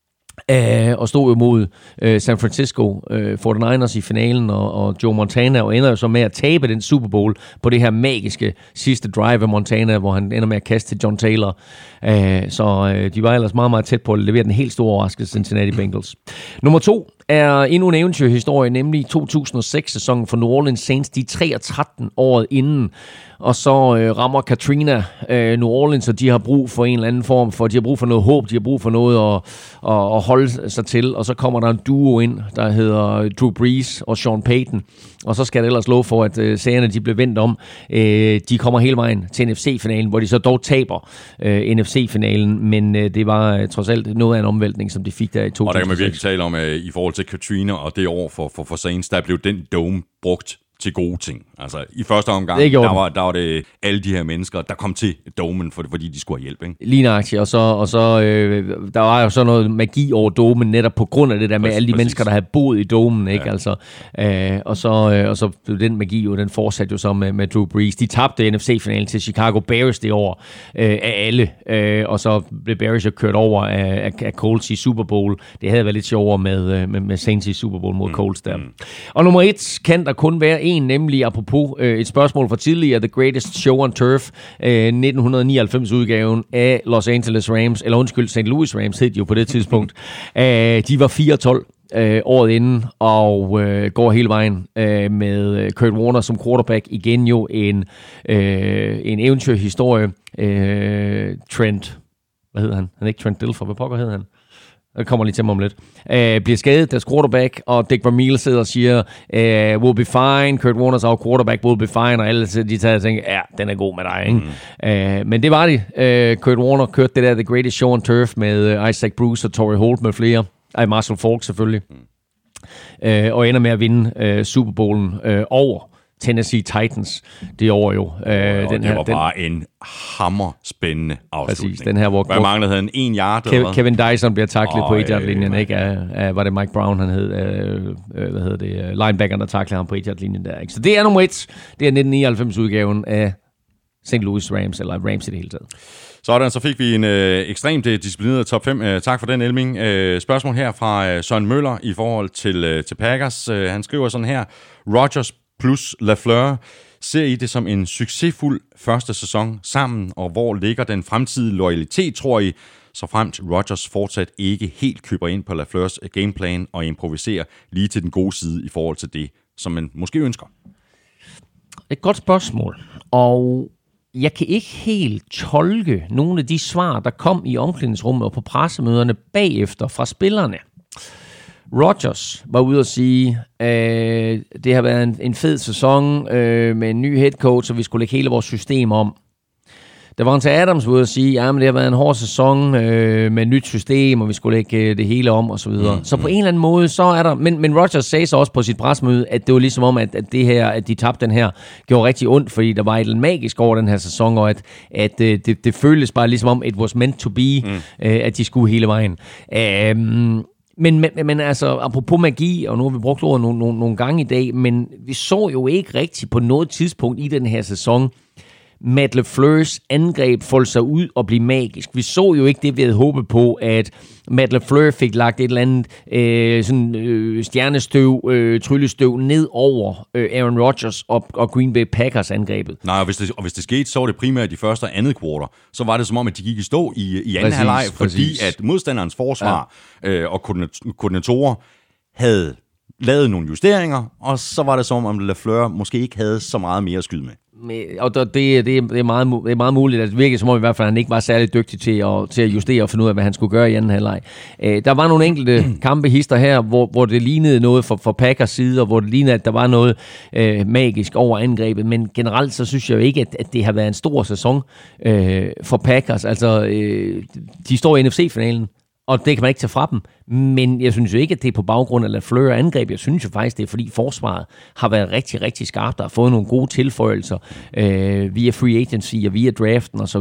Og stod jo mod San Francisco 49ers i finalen, og Joe Montana, og ender jo så med at tabe den Super Bowl på det her magiske sidste drive af Montana, hvor han ender med at kaste til John Taylor. Så de var ellers meget, meget tæt på at levere den helt store overraskelse, Cincinnati Bengals. Nummer 2 er endnu en eventyrhistorie, nemlig 2006-sæsonen for New Orleans Saints. De 3-13 året inden, og så rammer Katrina New Orleans, og de har brug for en eller anden form for, de har brug for noget håb, de har brug for noget at holde sig til, og så kommer der en duo ind, der hedder Drew Brees og Sean Payton, og så skal det ellers love for, at sagerne de bliver vendt om. De kommer hele vejen til NFC-finalen, hvor de så dog taber NFC-finalen, men det var trods alt noget af en omvæltning, som de fik der i 2006. Og der kan man virkelig tale om, i forhold til Katrina og det år for Saints, der blev den dome brugt til gode ting. Altså, i første omgang, der var det alle de her mennesker, der kom til domen, fordi de skulle have hjælp, ikke? Lige nøjagtigt, og så der var jo så noget magi over domen, netop på grund af det der med alle de mennesker, der havde boet i domen, ikke? Ja. Altså, og så blev den magi jo, den fortsatte jo så med Drew Brees. De tabte NFC-finalen til Chicago Bears det år af alle, og så blev Bears jo kørt over af Colts i Super Bowl. Det havde været lidt sjovere med Saints i Super Bowl mod Colts der. Og nummer 1 kan der kun være en, nemlig apropos et spørgsmål fra tidligere, The Greatest Show on Turf, 1999-udgaven af Los Angeles Rams, eller undskyld, St. Louis Rams hed de jo på det tidspunkt. De var 4-12 året inden, og går hele vejen med Kurt Warner som quarterback. Igen jo en eventyrhistorie. Trent, hvad hedder han? Han er ikke Trent Dilfer, hvad pokker hedder han? Det kommer lige til mig om lidt. Bliver skadet, deres quarterback, og Dick Vermeil sidder og siger, we'll be fine, Kurt Warner's our quarterback, will be fine, og alle de tager og tænker, ja, den er god med dig, ikke? Men det var det. Kurt Warner kørte det der The Greatest Show on Turf med Isaac Bruce og Torrey Holt med flere. Marshall Faulk selvfølgelig. Og ender med at vinde Super Bowlen over Tennessee Titans det år jo. Det var bare en hammerspændende afslutning. Præcis, den her, hvor hvad manglede han? 1 yard? Kevin Dyson bliver taklet på 1-yard-linjen, ikke? Var det Mike Brown, han hed? Linebackeren, der taklede ham på 1-yard-linjen der, ikke? Så det er nummer 1. Det er 1999-udgaven af St. Louis Rams, eller Rams i det hele taget. Sådan, så fik vi en ekstremt disciplineret top 5. Tak for den, Elming. Spørgsmål her fra Søren Møller i forhold til Packers. Han skriver sådan her: Rodgers plus LaFleur, ser I det som en succesfuld første sæson sammen, og hvor ligger den fremtidige loyalitet, tror I, så fremt Rodgers fortsat ikke helt køber ind på LaFleurs gameplan og improviserer lige til den gode side i forhold til det, som man måske ønsker? Et godt spørgsmål, og jeg kan ikke helt tolke nogle af de svar, der kom i omklædningsrummet og på pressemøderne bagefter fra spillerne. Rodgers var ude at sige, det har været en fed sæson med en ny head coach, og vi skulle lægge hele vores system om. Davante Adams var ude at sige, men det har været en hård sæson med et nyt system, og vi skulle lægge det hele om, og så videre. Så på en eller anden måde, så er der... Men Rodgers sagde så også på sit pressemøde, at det var ligesom om, at det her, at de tabte den her, gjorde rigtig ondt, fordi der var et magisk over den her sæson, og at det føltes bare ligesom om, it was meant to be, at de skulle hele vejen. Men altså, apropos magi, og nu har vi brugt ordet nogle gange i dag, men vi så jo ikke rigtigt på noget tidspunkt i den her sæson Matt LaFleurs angreb folde sig ud og blive magisk. Vi så jo ikke det, vi havde håbet på, at Matt LaFleur fik lagt et eller andet stjernestøv, tryllestøv ned over Aaron Rodgers og Green Bay Packers angrebet. Nej, og hvis det skete, så var det primært de første og andet kvartal. Så var det som om, at de gik i stå i anden halvleg, fordi at modstanderens forsvar og koordinatorer havde lavet nogle justeringer, og så var det som om, LaFleur måske ikke havde så meget mere at skyde med. Og det er meget muligt, at det virkede som om i hvert fald, at han ikke var særlig dygtig til at justere og finde ud af, hvad han skulle gøre i anden halvleg. Der var nogle enkelte kampehister her, hvor det lignede noget for Packers side, og hvor det lignede, at der var noget magisk over angrebet, men generelt så synes jeg jo ikke, at det har været en stor sæson for Packers. Altså, de står i NFC-finalen, og det kan man ikke tage fra dem. Men jeg synes jo ikke, at det er på baggrund af LaFleur angreb. Jeg synes jo faktisk, det er fordi forsvaret har været rigtig, rigtig skarpt. Der har fået nogle gode tilføjelser via free agency og via draften osv.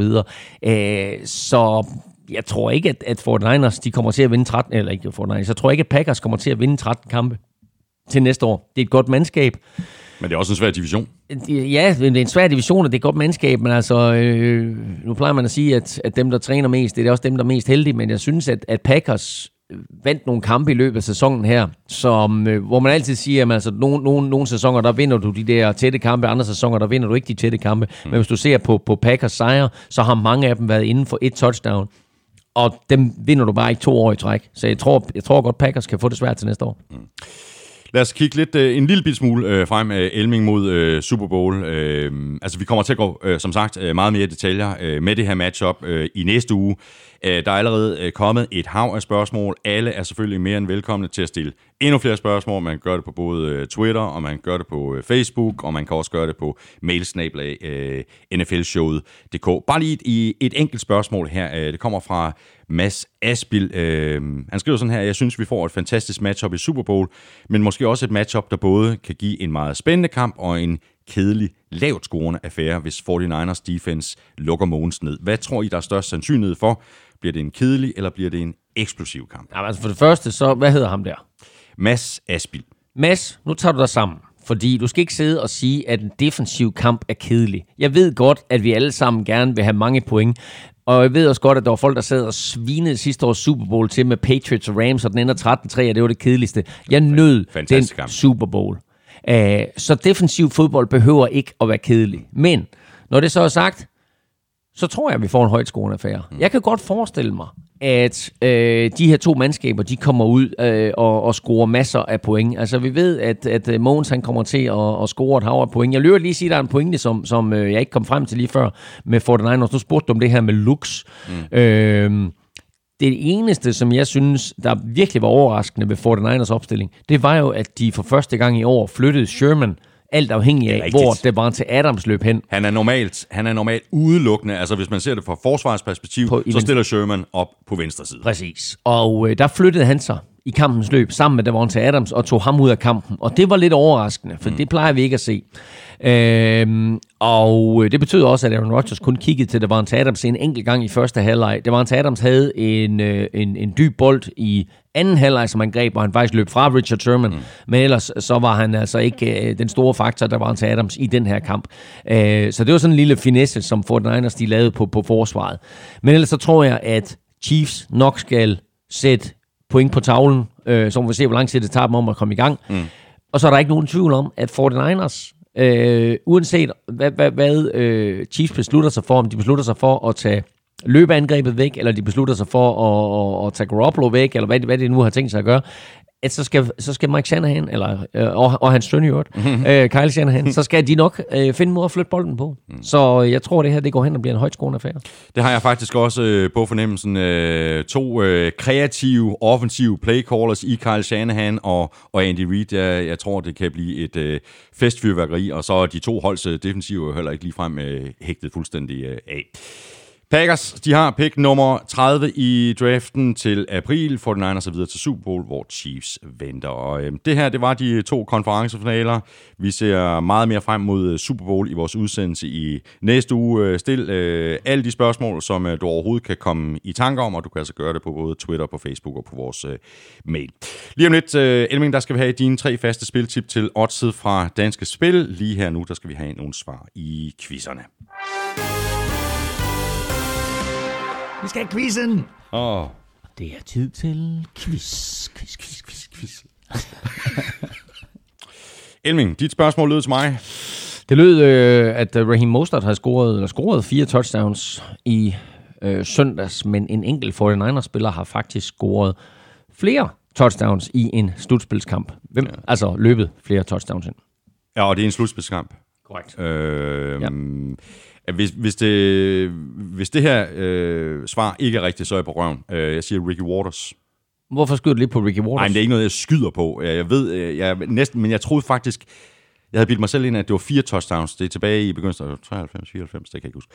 Så jeg tror ikke, at 49ers de kommer til at vinde 13, eller ikke 49ers, jeg tror ikke, at Packers kommer til at vinde 13 kampe til næste år. Det er et godt mandskab. Men det er også en svær division. Ja, det er en svær division, og det er et godt mandskab, men altså, nu plejer man at sige, at dem, der træner mest, det er også dem, der er mest heldige, men jeg synes, at Packers vandt nogle kampe i løbet af sæsonen her, hvor man altid siger, at altså, nogle sæsoner, der vinder du de der tætte kampe, andre sæsoner, der vinder du ikke de tætte kampe. Men hvis du ser på Packers sejre, så har mange af dem været inden for et touchdown, og dem vinder du bare ikke 2 år i træk. Så jeg tror godt, Packers kan få det svært til næste år. Lad os kigge lidt, en lille smule frem af Elming mod Super Bowl. Altså, vi kommer til at gå, som sagt, meget mere i detaljer med det her matchup i næste uge. Der er allerede kommet et hav af spørgsmål. Alle er selvfølgelig mere end velkomne til at stille endnu flere spørgsmål. Man kan gøre det på både Twitter, og man kan gøre det på Facebook, og man kan også gøre det på mailsnablag.nflshowet.dk. Bare lige et enkelt spørgsmål her. Det kommer fra Mads Aspil. Han skriver sådan her: jeg synes, vi får et fantastisk matchup i Super Bowl, men måske også et matchup, der både kan give en meget spændende kamp og en kedelig, lavt scorende affære, hvis 49ers defense lukker Mogens ned. Hvad tror I, der er størst sandsynlighed for? Bliver det en kedelig, eller bliver det en eksplosiv kamp? Ja, altså for det første, så hvad hedder ham der? Mads Aspil. Mads, nu tager du dig sammen. Fordi du skal ikke sidde og sige, at en defensiv kamp er kedelig. Jeg ved godt, at vi alle sammen gerne vil have mange point. Og jeg ved også godt, at der var folk, der sad og svinede sidste års Super Bowl til med Patriots og Rams, og den ender 13-3, og det var det kedeligste. Jeg nød den Super Bowl. Så defensiv fodbold behøver ikke at være kedelig. Men når det så er sagt, så tror jeg, at vi får en højt scorende affære. Jeg kan godt forestille mig, at de her to mandskaber, de kommer ud og scorer masser af point. Altså, vi ved, at Mogens, han kommer til at score et hav af point. Jeg løber lige sige, at der er en pointe, som jeg ikke kom frem til lige før med 49ers. Nu spurgte du om det her med looks. Det eneste, som jeg synes, der virkelig var overraskende ved 49ers opstilling, det var jo, at de for første gang i år flyttede Sherman, alt afhængig af, hvor det var til Adams løb hen. Han er normalt udelukkende, altså hvis man ser det fra forsvarsperspektiv, så stiller Sherman op på venstre side. Præcis. Og der flyttede han sig i kampens løb sammen med Davante Adams og tog ham ud af kampen. Og det var lidt overraskende, for det plejer vi ikke at se. Og det betød også, at Aaron Rodgers kun kiggede til Davante Adams en enkelt gang i første halvleg. Davante Adams havde en dyb bold i anden halvleg, som han greb, og han faktisk løb fra Richard Sherman. Men ellers så var han altså ikke den store faktor, der var til Adams i den her kamp. Så det var sådan en lille finesse, som 49ers de lavede på forsvaret. Men ellers så tror jeg, at Chiefs nok skal sætte point på tavlen, så må vi se, hvor lang tid det tager dem om at komme i gang. Og så er der ikke nogen tvivl om, at 49ers, uanset hvad Chiefs beslutter sig for, om de beslutter sig for at tage løbeangrebet væk, eller de beslutter sig for at tage Garoppolo væk, eller hvad de nu har tænkt sig at gøre, at så skal Mike Shanahan, og hans søn i øvrigt, Kyle Shanahan, så skal de nok finde en måde at flytte bolden på. Så jeg tror, det her det går hen og bliver en højtskårende affære. Det har jeg faktisk også på fornemmelsen. To kreative, offensive playcallers i Kyle Shanahan og Andy Reid. Jeg tror, det kan blive et festfyrværkeri, og så er de to holds defensive heller ikke ligefrem hægtet fuldstændig af. Packers, de har pick nummer 30 i draften til april, 49ers videre til Super Bowl, hvor Chiefs venter. Og det her, det var de to konferencefinaler. Vi ser meget mere frem mod Super Bowl i vores udsendelse i næste uge. Stil alle de spørgsmål, som du overhovedet kan komme i tanker om, og du kan altså gøre det på både Twitter, på Facebook og på vores mail. Lige om lidt, Elming, der skal vi have dine 3 faste spiltip til oddset fra Danske Spil. Lige her nu, der skal vi have nogle svar i quizzerne. Vi skal have quizzen. Det er tid til quiz. Elming, dit spørgsmål lød til mig. Det lød, at Raheem Mostert har scoret 4 touchdowns i søndags, men en enkelt 49ers-spiller har faktisk scoret flere touchdowns i en slutspilskamp. Altså løbet flere touchdowns ind. Ja, og det er en slutspilskamp. Korrekt. Hvis det her svar ikke er rigtigt, så er jeg på røven. Jeg siger Ricky Watters. Hvorfor skyder du lidt på Ricky Watters? Nej, det er ikke noget, jeg skyder på. Jeg ved, men jeg troede faktisk, jeg havde bildt mig selv ind, at det var 4 touchdowns. Det er tilbage i begyndelsen af 93, 94, det kan jeg ikke huske.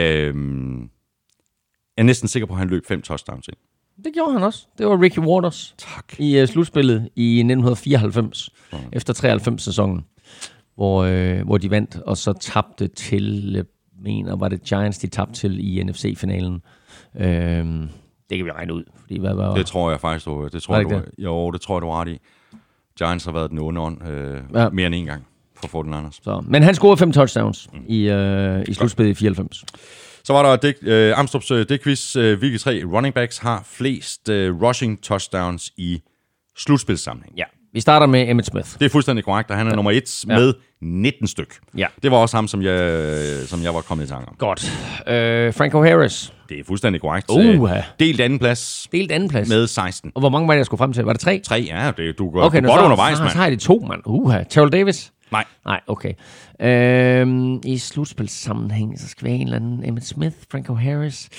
Jeg er næsten sikker på, at han løb 5 touchdowns ind. Det gjorde han også. Det var Ricky Watters. Tak. I slutspillet i 1994, efter 93-sæsonen, hvor de vandt, og så tabte til, var det Giants, de tabte til i NFC-finalen. Det kan vi regne ud. Fordi det tror jeg faktisk, det tror jeg, du var ret i. Giants har været den onde ånd mere end en gang for 49ers. Men han scorede 5 touchdowns i slutspillet i 94. Så var der Amstrups quiz. Hvilke 3 running backs har flest rushing touchdowns i slutspilssammenhæng? Ja. Vi starter med Emmitt Smith. Det er fuldstændig korrekt, og han er nummer 1 med 19 styk. Ja. Det var også ham, som jeg var kommet i tanke om. Godt. Franco Harris. Det er fuldstændig korrekt. Delt anden plads. Med 16. Og hvor mange var det, jeg skulle frem til? Var det 3? 3, ja. Du går godt undervejs, mand. Så har jeg det 2, mand. Terrell Davis. Nej, okay. I slutspilssammenhæng, så skal vi have en eller anden Emmitt Smith, Franco Harris.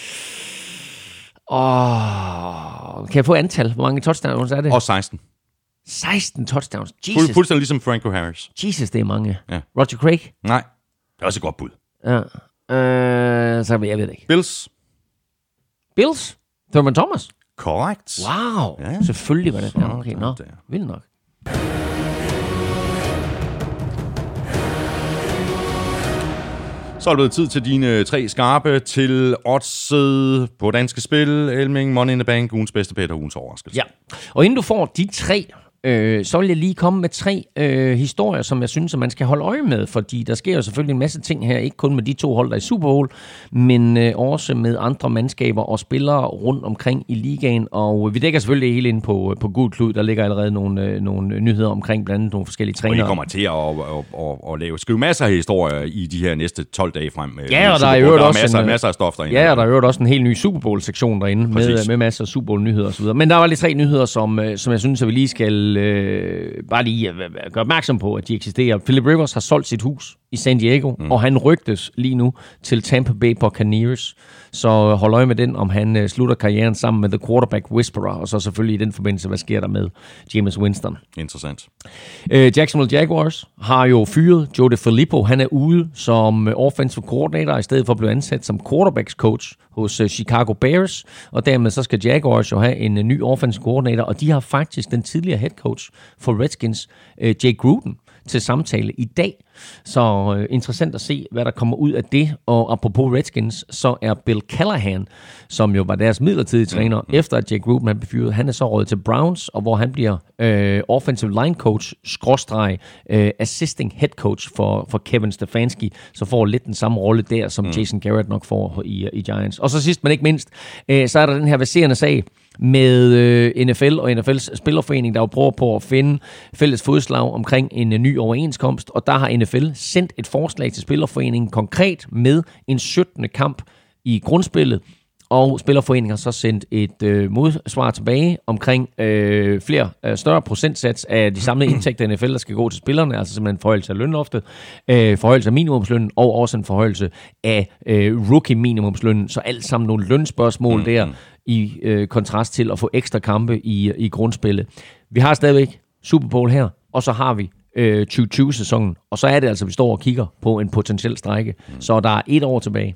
Kan jeg få antal? Hvor mange touchdowns er det? Og 16. 16 touchdowns. Jesus. Fuldstændig ligesom Franco Harris. Jesus, det er mange. Ja. Roger Craig? Nej. Det er også et godt bud. Ja. Så jeg ved det ikke. Bills? Thurman Thomas? Korrekt. Wow. Ja. Selvfølgelig var det. Ja, okay. Vildt nok. Så er det blevet tid til dine 3 skarpe til oddset på Danske Spil, Elming, Money in the Bank, ugens bedste bet og ugens overraskelse. Ja, og inden du får de 3, så vil jeg lige komme med 3 historier, som jeg synes, at man skal holde øje med, fordi der sker jo selvfølgelig en masse ting her, ikke kun med de 2 hold, der er i Super Bowl, men også med andre mandskaber og spillere rundt omkring i ligaen, og vi dækker selvfølgelig hele ind på Gul Klud, der ligger allerede nogle nyheder omkring blandt andet nogle forskellige trænere. Og I kommer til at skrive masser af historier i de her næste 12 dage frem. Ja, og der er jo også masser af stof derinde. Ja, og der er jo også en helt ny Super Bowl-sektion derinde med masser af Super Bowl-nyheder osv. Men der var lige 3 nyheder, som jeg synes, at vi lige skal bare lige gøre opmærksom på, at de eksisterer. Philip Rivers har solgt sit hus i San Diego, og han rygtes lige nu til Tampa Bay Buccaneers. Så hold øje med den, om han slutter karrieren sammen med The Quarterback Whisperer, og så selvfølgelig i den forbindelse, hvad sker der med Jameis Winston. Interessant. Jacksonville Jaguars har jo fyret Joe DeFilippo. Han er ude som offensive coordinator, i stedet for at blive ansat som quarterbacks coach hos Chicago Bears, og dermed så skal Jaguars jo have en ny offensive coordinator, og de har faktisk den tidligere head coach for Redskins, Jay Gruden, til samtale i dag. Så interessant at se, hvad der kommer ud af det. Og apropos Redskins, så er Bill Callahan, som jo var deres midlertidige træner, efter at Jay Gruden blev fyret, han er så rådet til Browns, og hvor han bliver offensive line coach, assisting head coach for Kevin Stefanski, så får lidt den samme rolle der, som Jason Garrett nok får i Giants. Og så sidst, men ikke mindst, så er der den her verserende sag med NFL og NFL's spillerforening, der jo prøver på at finde fælles fodslag omkring en ny overenskomst, og der har NFL sendt et forslag til spillerforeningen konkret med en 17. kamp i grundspillet, og spillerforeningen har så sendt et modsvar tilbage omkring større procentsats af de samlede indtægter i NFL, der skal gå til spillerne, altså simpelthen forhøjelse af lønloftet, forhøjelse af minimumslønnen, og også en forhøjelse af rookie-minimumslønnen, så alt sammen nogle lønspørgsmål der, i kontrast til at få ekstra kampe i grundspillet. Vi har stadigvæk Super Bowl her, og så har vi 2020-sæsonen, og så er det altså, vi står og kigger på en potentiel strejke. Så der er 1 år tilbage.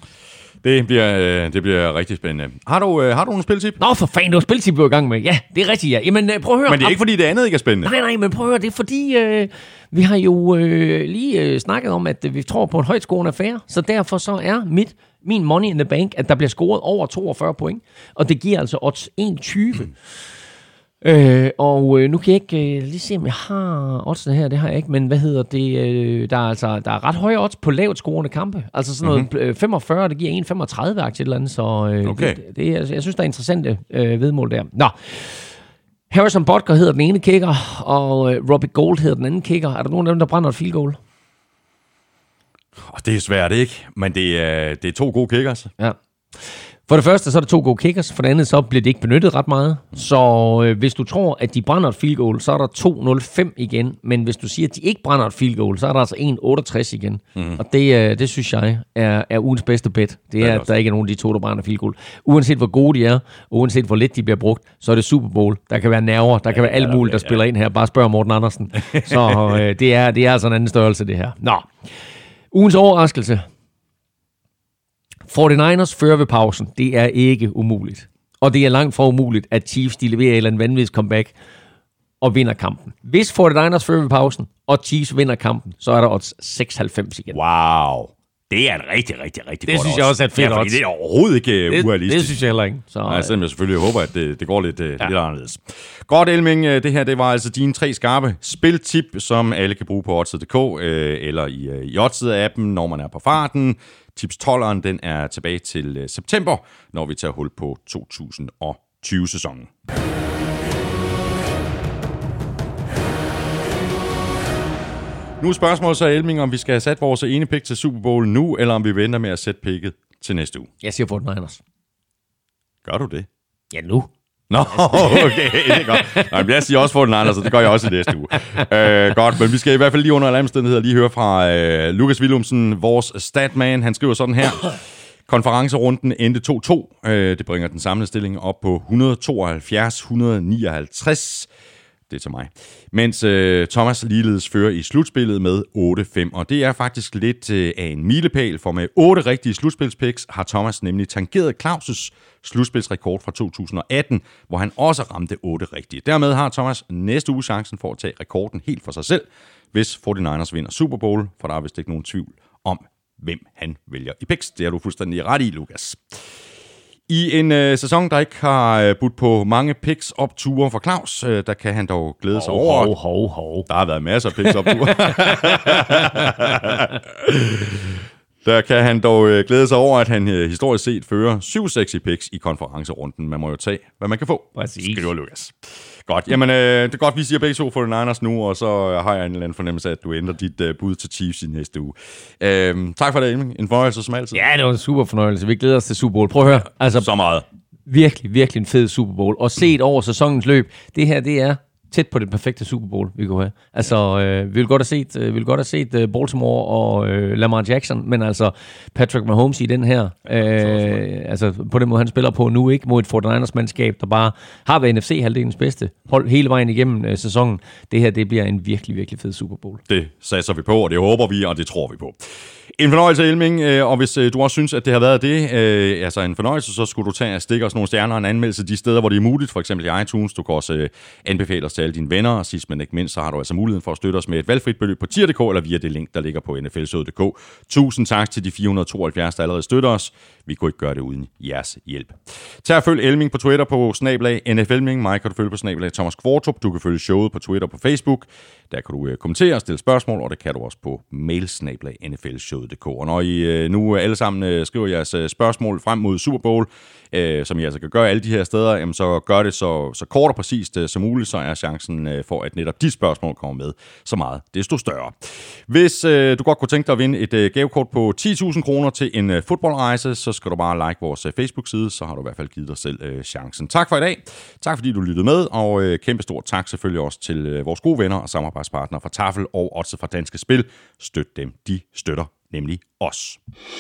Det bliver rigtig spændende. Har du nogle spiltip? Nå, for fanden, du har spiltip, du er i gang med. Ja, det er rigtigt, ja. Jamen, prøv at høre. Men det er ikke, fordi det andet ikke er spændende. Nej, men prøv at høre. Det er fordi, vi har jo lige snakket om, at vi tror på en højtskårende affære. Så derfor så er min money in the bank, at der bliver scoret over 42 point. Og det giver altså odds 1,20. Nu kan jeg ikke lige se, om jeg har oddsene her. Det har jeg ikke, men hvad hedder det? Der er ret høje odds på lavt scorende kampe. Altså sådan noget 45, det giver 1,35 aktie eller andet. Så okay. Jeg synes, der er interessante vedmål der. Nå. Harrison Butker hedder den ene kicker, og Robbie Gould hedder den anden kicker. Er der nogen af dem, der brænder et field goal? Det er svært, ikke? Men det er 2 gode kickers. Ja. For det første, så er der 2 gode kickers. For det andet, så bliver det ikke benyttet ret meget. Så hvis du tror, at de brænder et field goal, så er der 2,05 igen. Men hvis du siger, at de ikke brænder et field goal, så er der altså 1,68 igen. Og det synes jeg er ugens bedste bet. Det er, at der ikke er nogen af de 2, der brænder field goal. Uanset hvor gode de er, og uanset hvor lidt de bliver brugt, så er det Super Bowl. Der kan være nerver, der kan være alt muligt, der spiller ind her. Bare spørg Morten Andersen. Så det er altså en anden størrelse, det her. Nå. Ugens overraskelse. 49ers fører ved pausen. Det er ikke umuligt. Og det er langt fra umuligt, at Chiefs de leverer et eller andet vanvittigt comeback og vinder kampen. Hvis 49ers fører ved pausen, og Chiefs vinder kampen, så er der odds 96 igen. Wow. Det er en rigtig godt Det synes jeg også er et fedt odds. Det er overhovedet ikke urealistisk. Det synes jeg heller ikke. Nej, selvom jeg selvfølgelig håber, at det går lidt anderledes. Godt, Elming. Det her, det var altså dine 3 skarpe spiltip, som alle kan bruge på Odds.dk eller i Odds.appen, når man er på farten. Tips 12'eren, den er tilbage til september, når vi tager hul på 2020-sæsonen. Nu er spørgsmålet så, Elming, om vi skal have sat vores ene pick til Super Bowl nu, eller om vi venter med at sætte picket til næste uge. Jeg siger 49ers. Gør du det? Ja, nu. Nå, okay, det er godt. Nej, jeg siger også 49ers, så det gør jeg også i næste uge. Godt, men vi skal i hvert fald lige under alle omstændigheder lige høre fra Lukas Willumsen, vores statman. Han skriver sådan her. Konferencerunden endte 2-2. Det bringer den samlede stilling op på 172-159. Det er til mig. Mens Thomas ligeledes fører i slutspillet med 8-5. Og det er faktisk lidt af en milepæl, for med 8 rigtige slutspilspicks har Thomas nemlig tangeret Claus' slutspilsrekord fra 2018, hvor han også ramte 8 rigtige. Dermed har Thomas næste uge chancen for at tage rekorden helt for sig selv, hvis 49ers vinder Super Bowl, for der er vist ikke nogen tvivl om, hvem han vælger i picks. Det er du fuldstændig ret i, Lukas. I en sæson, der ikke har budt på mange picks opture for Claus, der kan han dog glæde sig over. Der har været masser af picks opture. Der kan han dog glæde sig over, at han historisk set fører 7 sexy picks i konferencerunden. Man må jo tage, hvad man kan få. Præcis. Skriver Lukas. Godt, jamen det er godt, vi siger begge to for den Niners nu, og så har jeg en eller anden fornemmelse af, at du ændrer dit bud til Chiefs i næste uge. Tak for det, Elming. En fornøjelse som altid. Ja, det var en super fornøjelse. Vi glæder os til Super Bowl. Prøv at høre. Altså, så meget. Virkelig en fed Super Bowl. Og set over sæsonens løb, det her, det er tæt på det perfekte Super Bowl, vi kunne have. Altså, vi ville godt have set Baltimore og Lamar Jackson, men altså Patrick Mahomes i den her, altså på den måde, han spiller på nu, ikke mod et 49ers-mandskab, der bare har været NFC-halvdelens bedste hold hele vejen igennem sæsonen. Det her, det bliver en virkelig fed Super Bowl. Det satser vi på, og det håber vi, og det tror vi på. En fornøjelse, Elming, og hvis du også synes, at det har været det, altså en fornøjelse, så skulle du tage og stikke os nogle stjerner og en anmeldelse de steder, hvor det er muligt, for eksempel i iTunes. Du kan også anbefale os til alle dine venner, og sidst men ikke mindst, så har du altså muligheden for at støtte os med et valgfrit beløb på tier.dk eller via det link, der ligger på nflshow.dk. Tusind tak til de 472, der allerede støtter os. Vi kunne ikke gøre det uden jeres hjælp. Tag og følg Elming på Twitter på @NFElming. Mig kan du følge på @Thomas Kvartrup. Du kan følge showet på Twitter og på Facebook. Der kan du kommentere og stille spørgsmål, og det kan du også på mail @nflshowet.dk. Og når I nu alle sammen skriver jeres spørgsmål frem mod Super Bowl, som I altså kan gøre alle de her steder, jamen så gør det så kort og præcist som muligt, så er chancen for, at netop de spørgsmål kommer med så meget desto større. Hvis du godt kunne tænke dig at vinde et gavekort på 10.000 kroner til en fodboldrejse, så skal du bare like vores Facebook-side, så har du i hvert fald givet dig selv chancen. Tak for i dag. Tak fordi du lyttede med, og kæmpe stort tak selvfølgelig også til vores gode venner og samarbejdspartnere fra Tafel og Odds fra Danske Spil. Støt dem, de støtter nemlig os.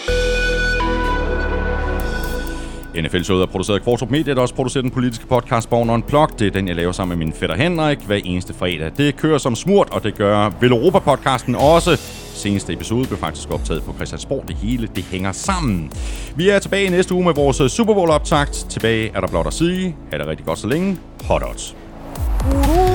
NFL-showet er produceret af Kvartrup Media, der også producerer den politiske podcast Born Unplugged. Det er den, jeg laver sammen med min fætter Henrik hver eneste fredag. Det kører som smurt, og det gør Veloropa-podcasten også. Seneste episode blev faktisk optaget på Christiansborg. Det hele, det hænger sammen. Vi er tilbage næste uge med vores Super Bowl-optakt. Tilbage er der blot at sige. Ha' det rigtig godt så længe. Hot odds.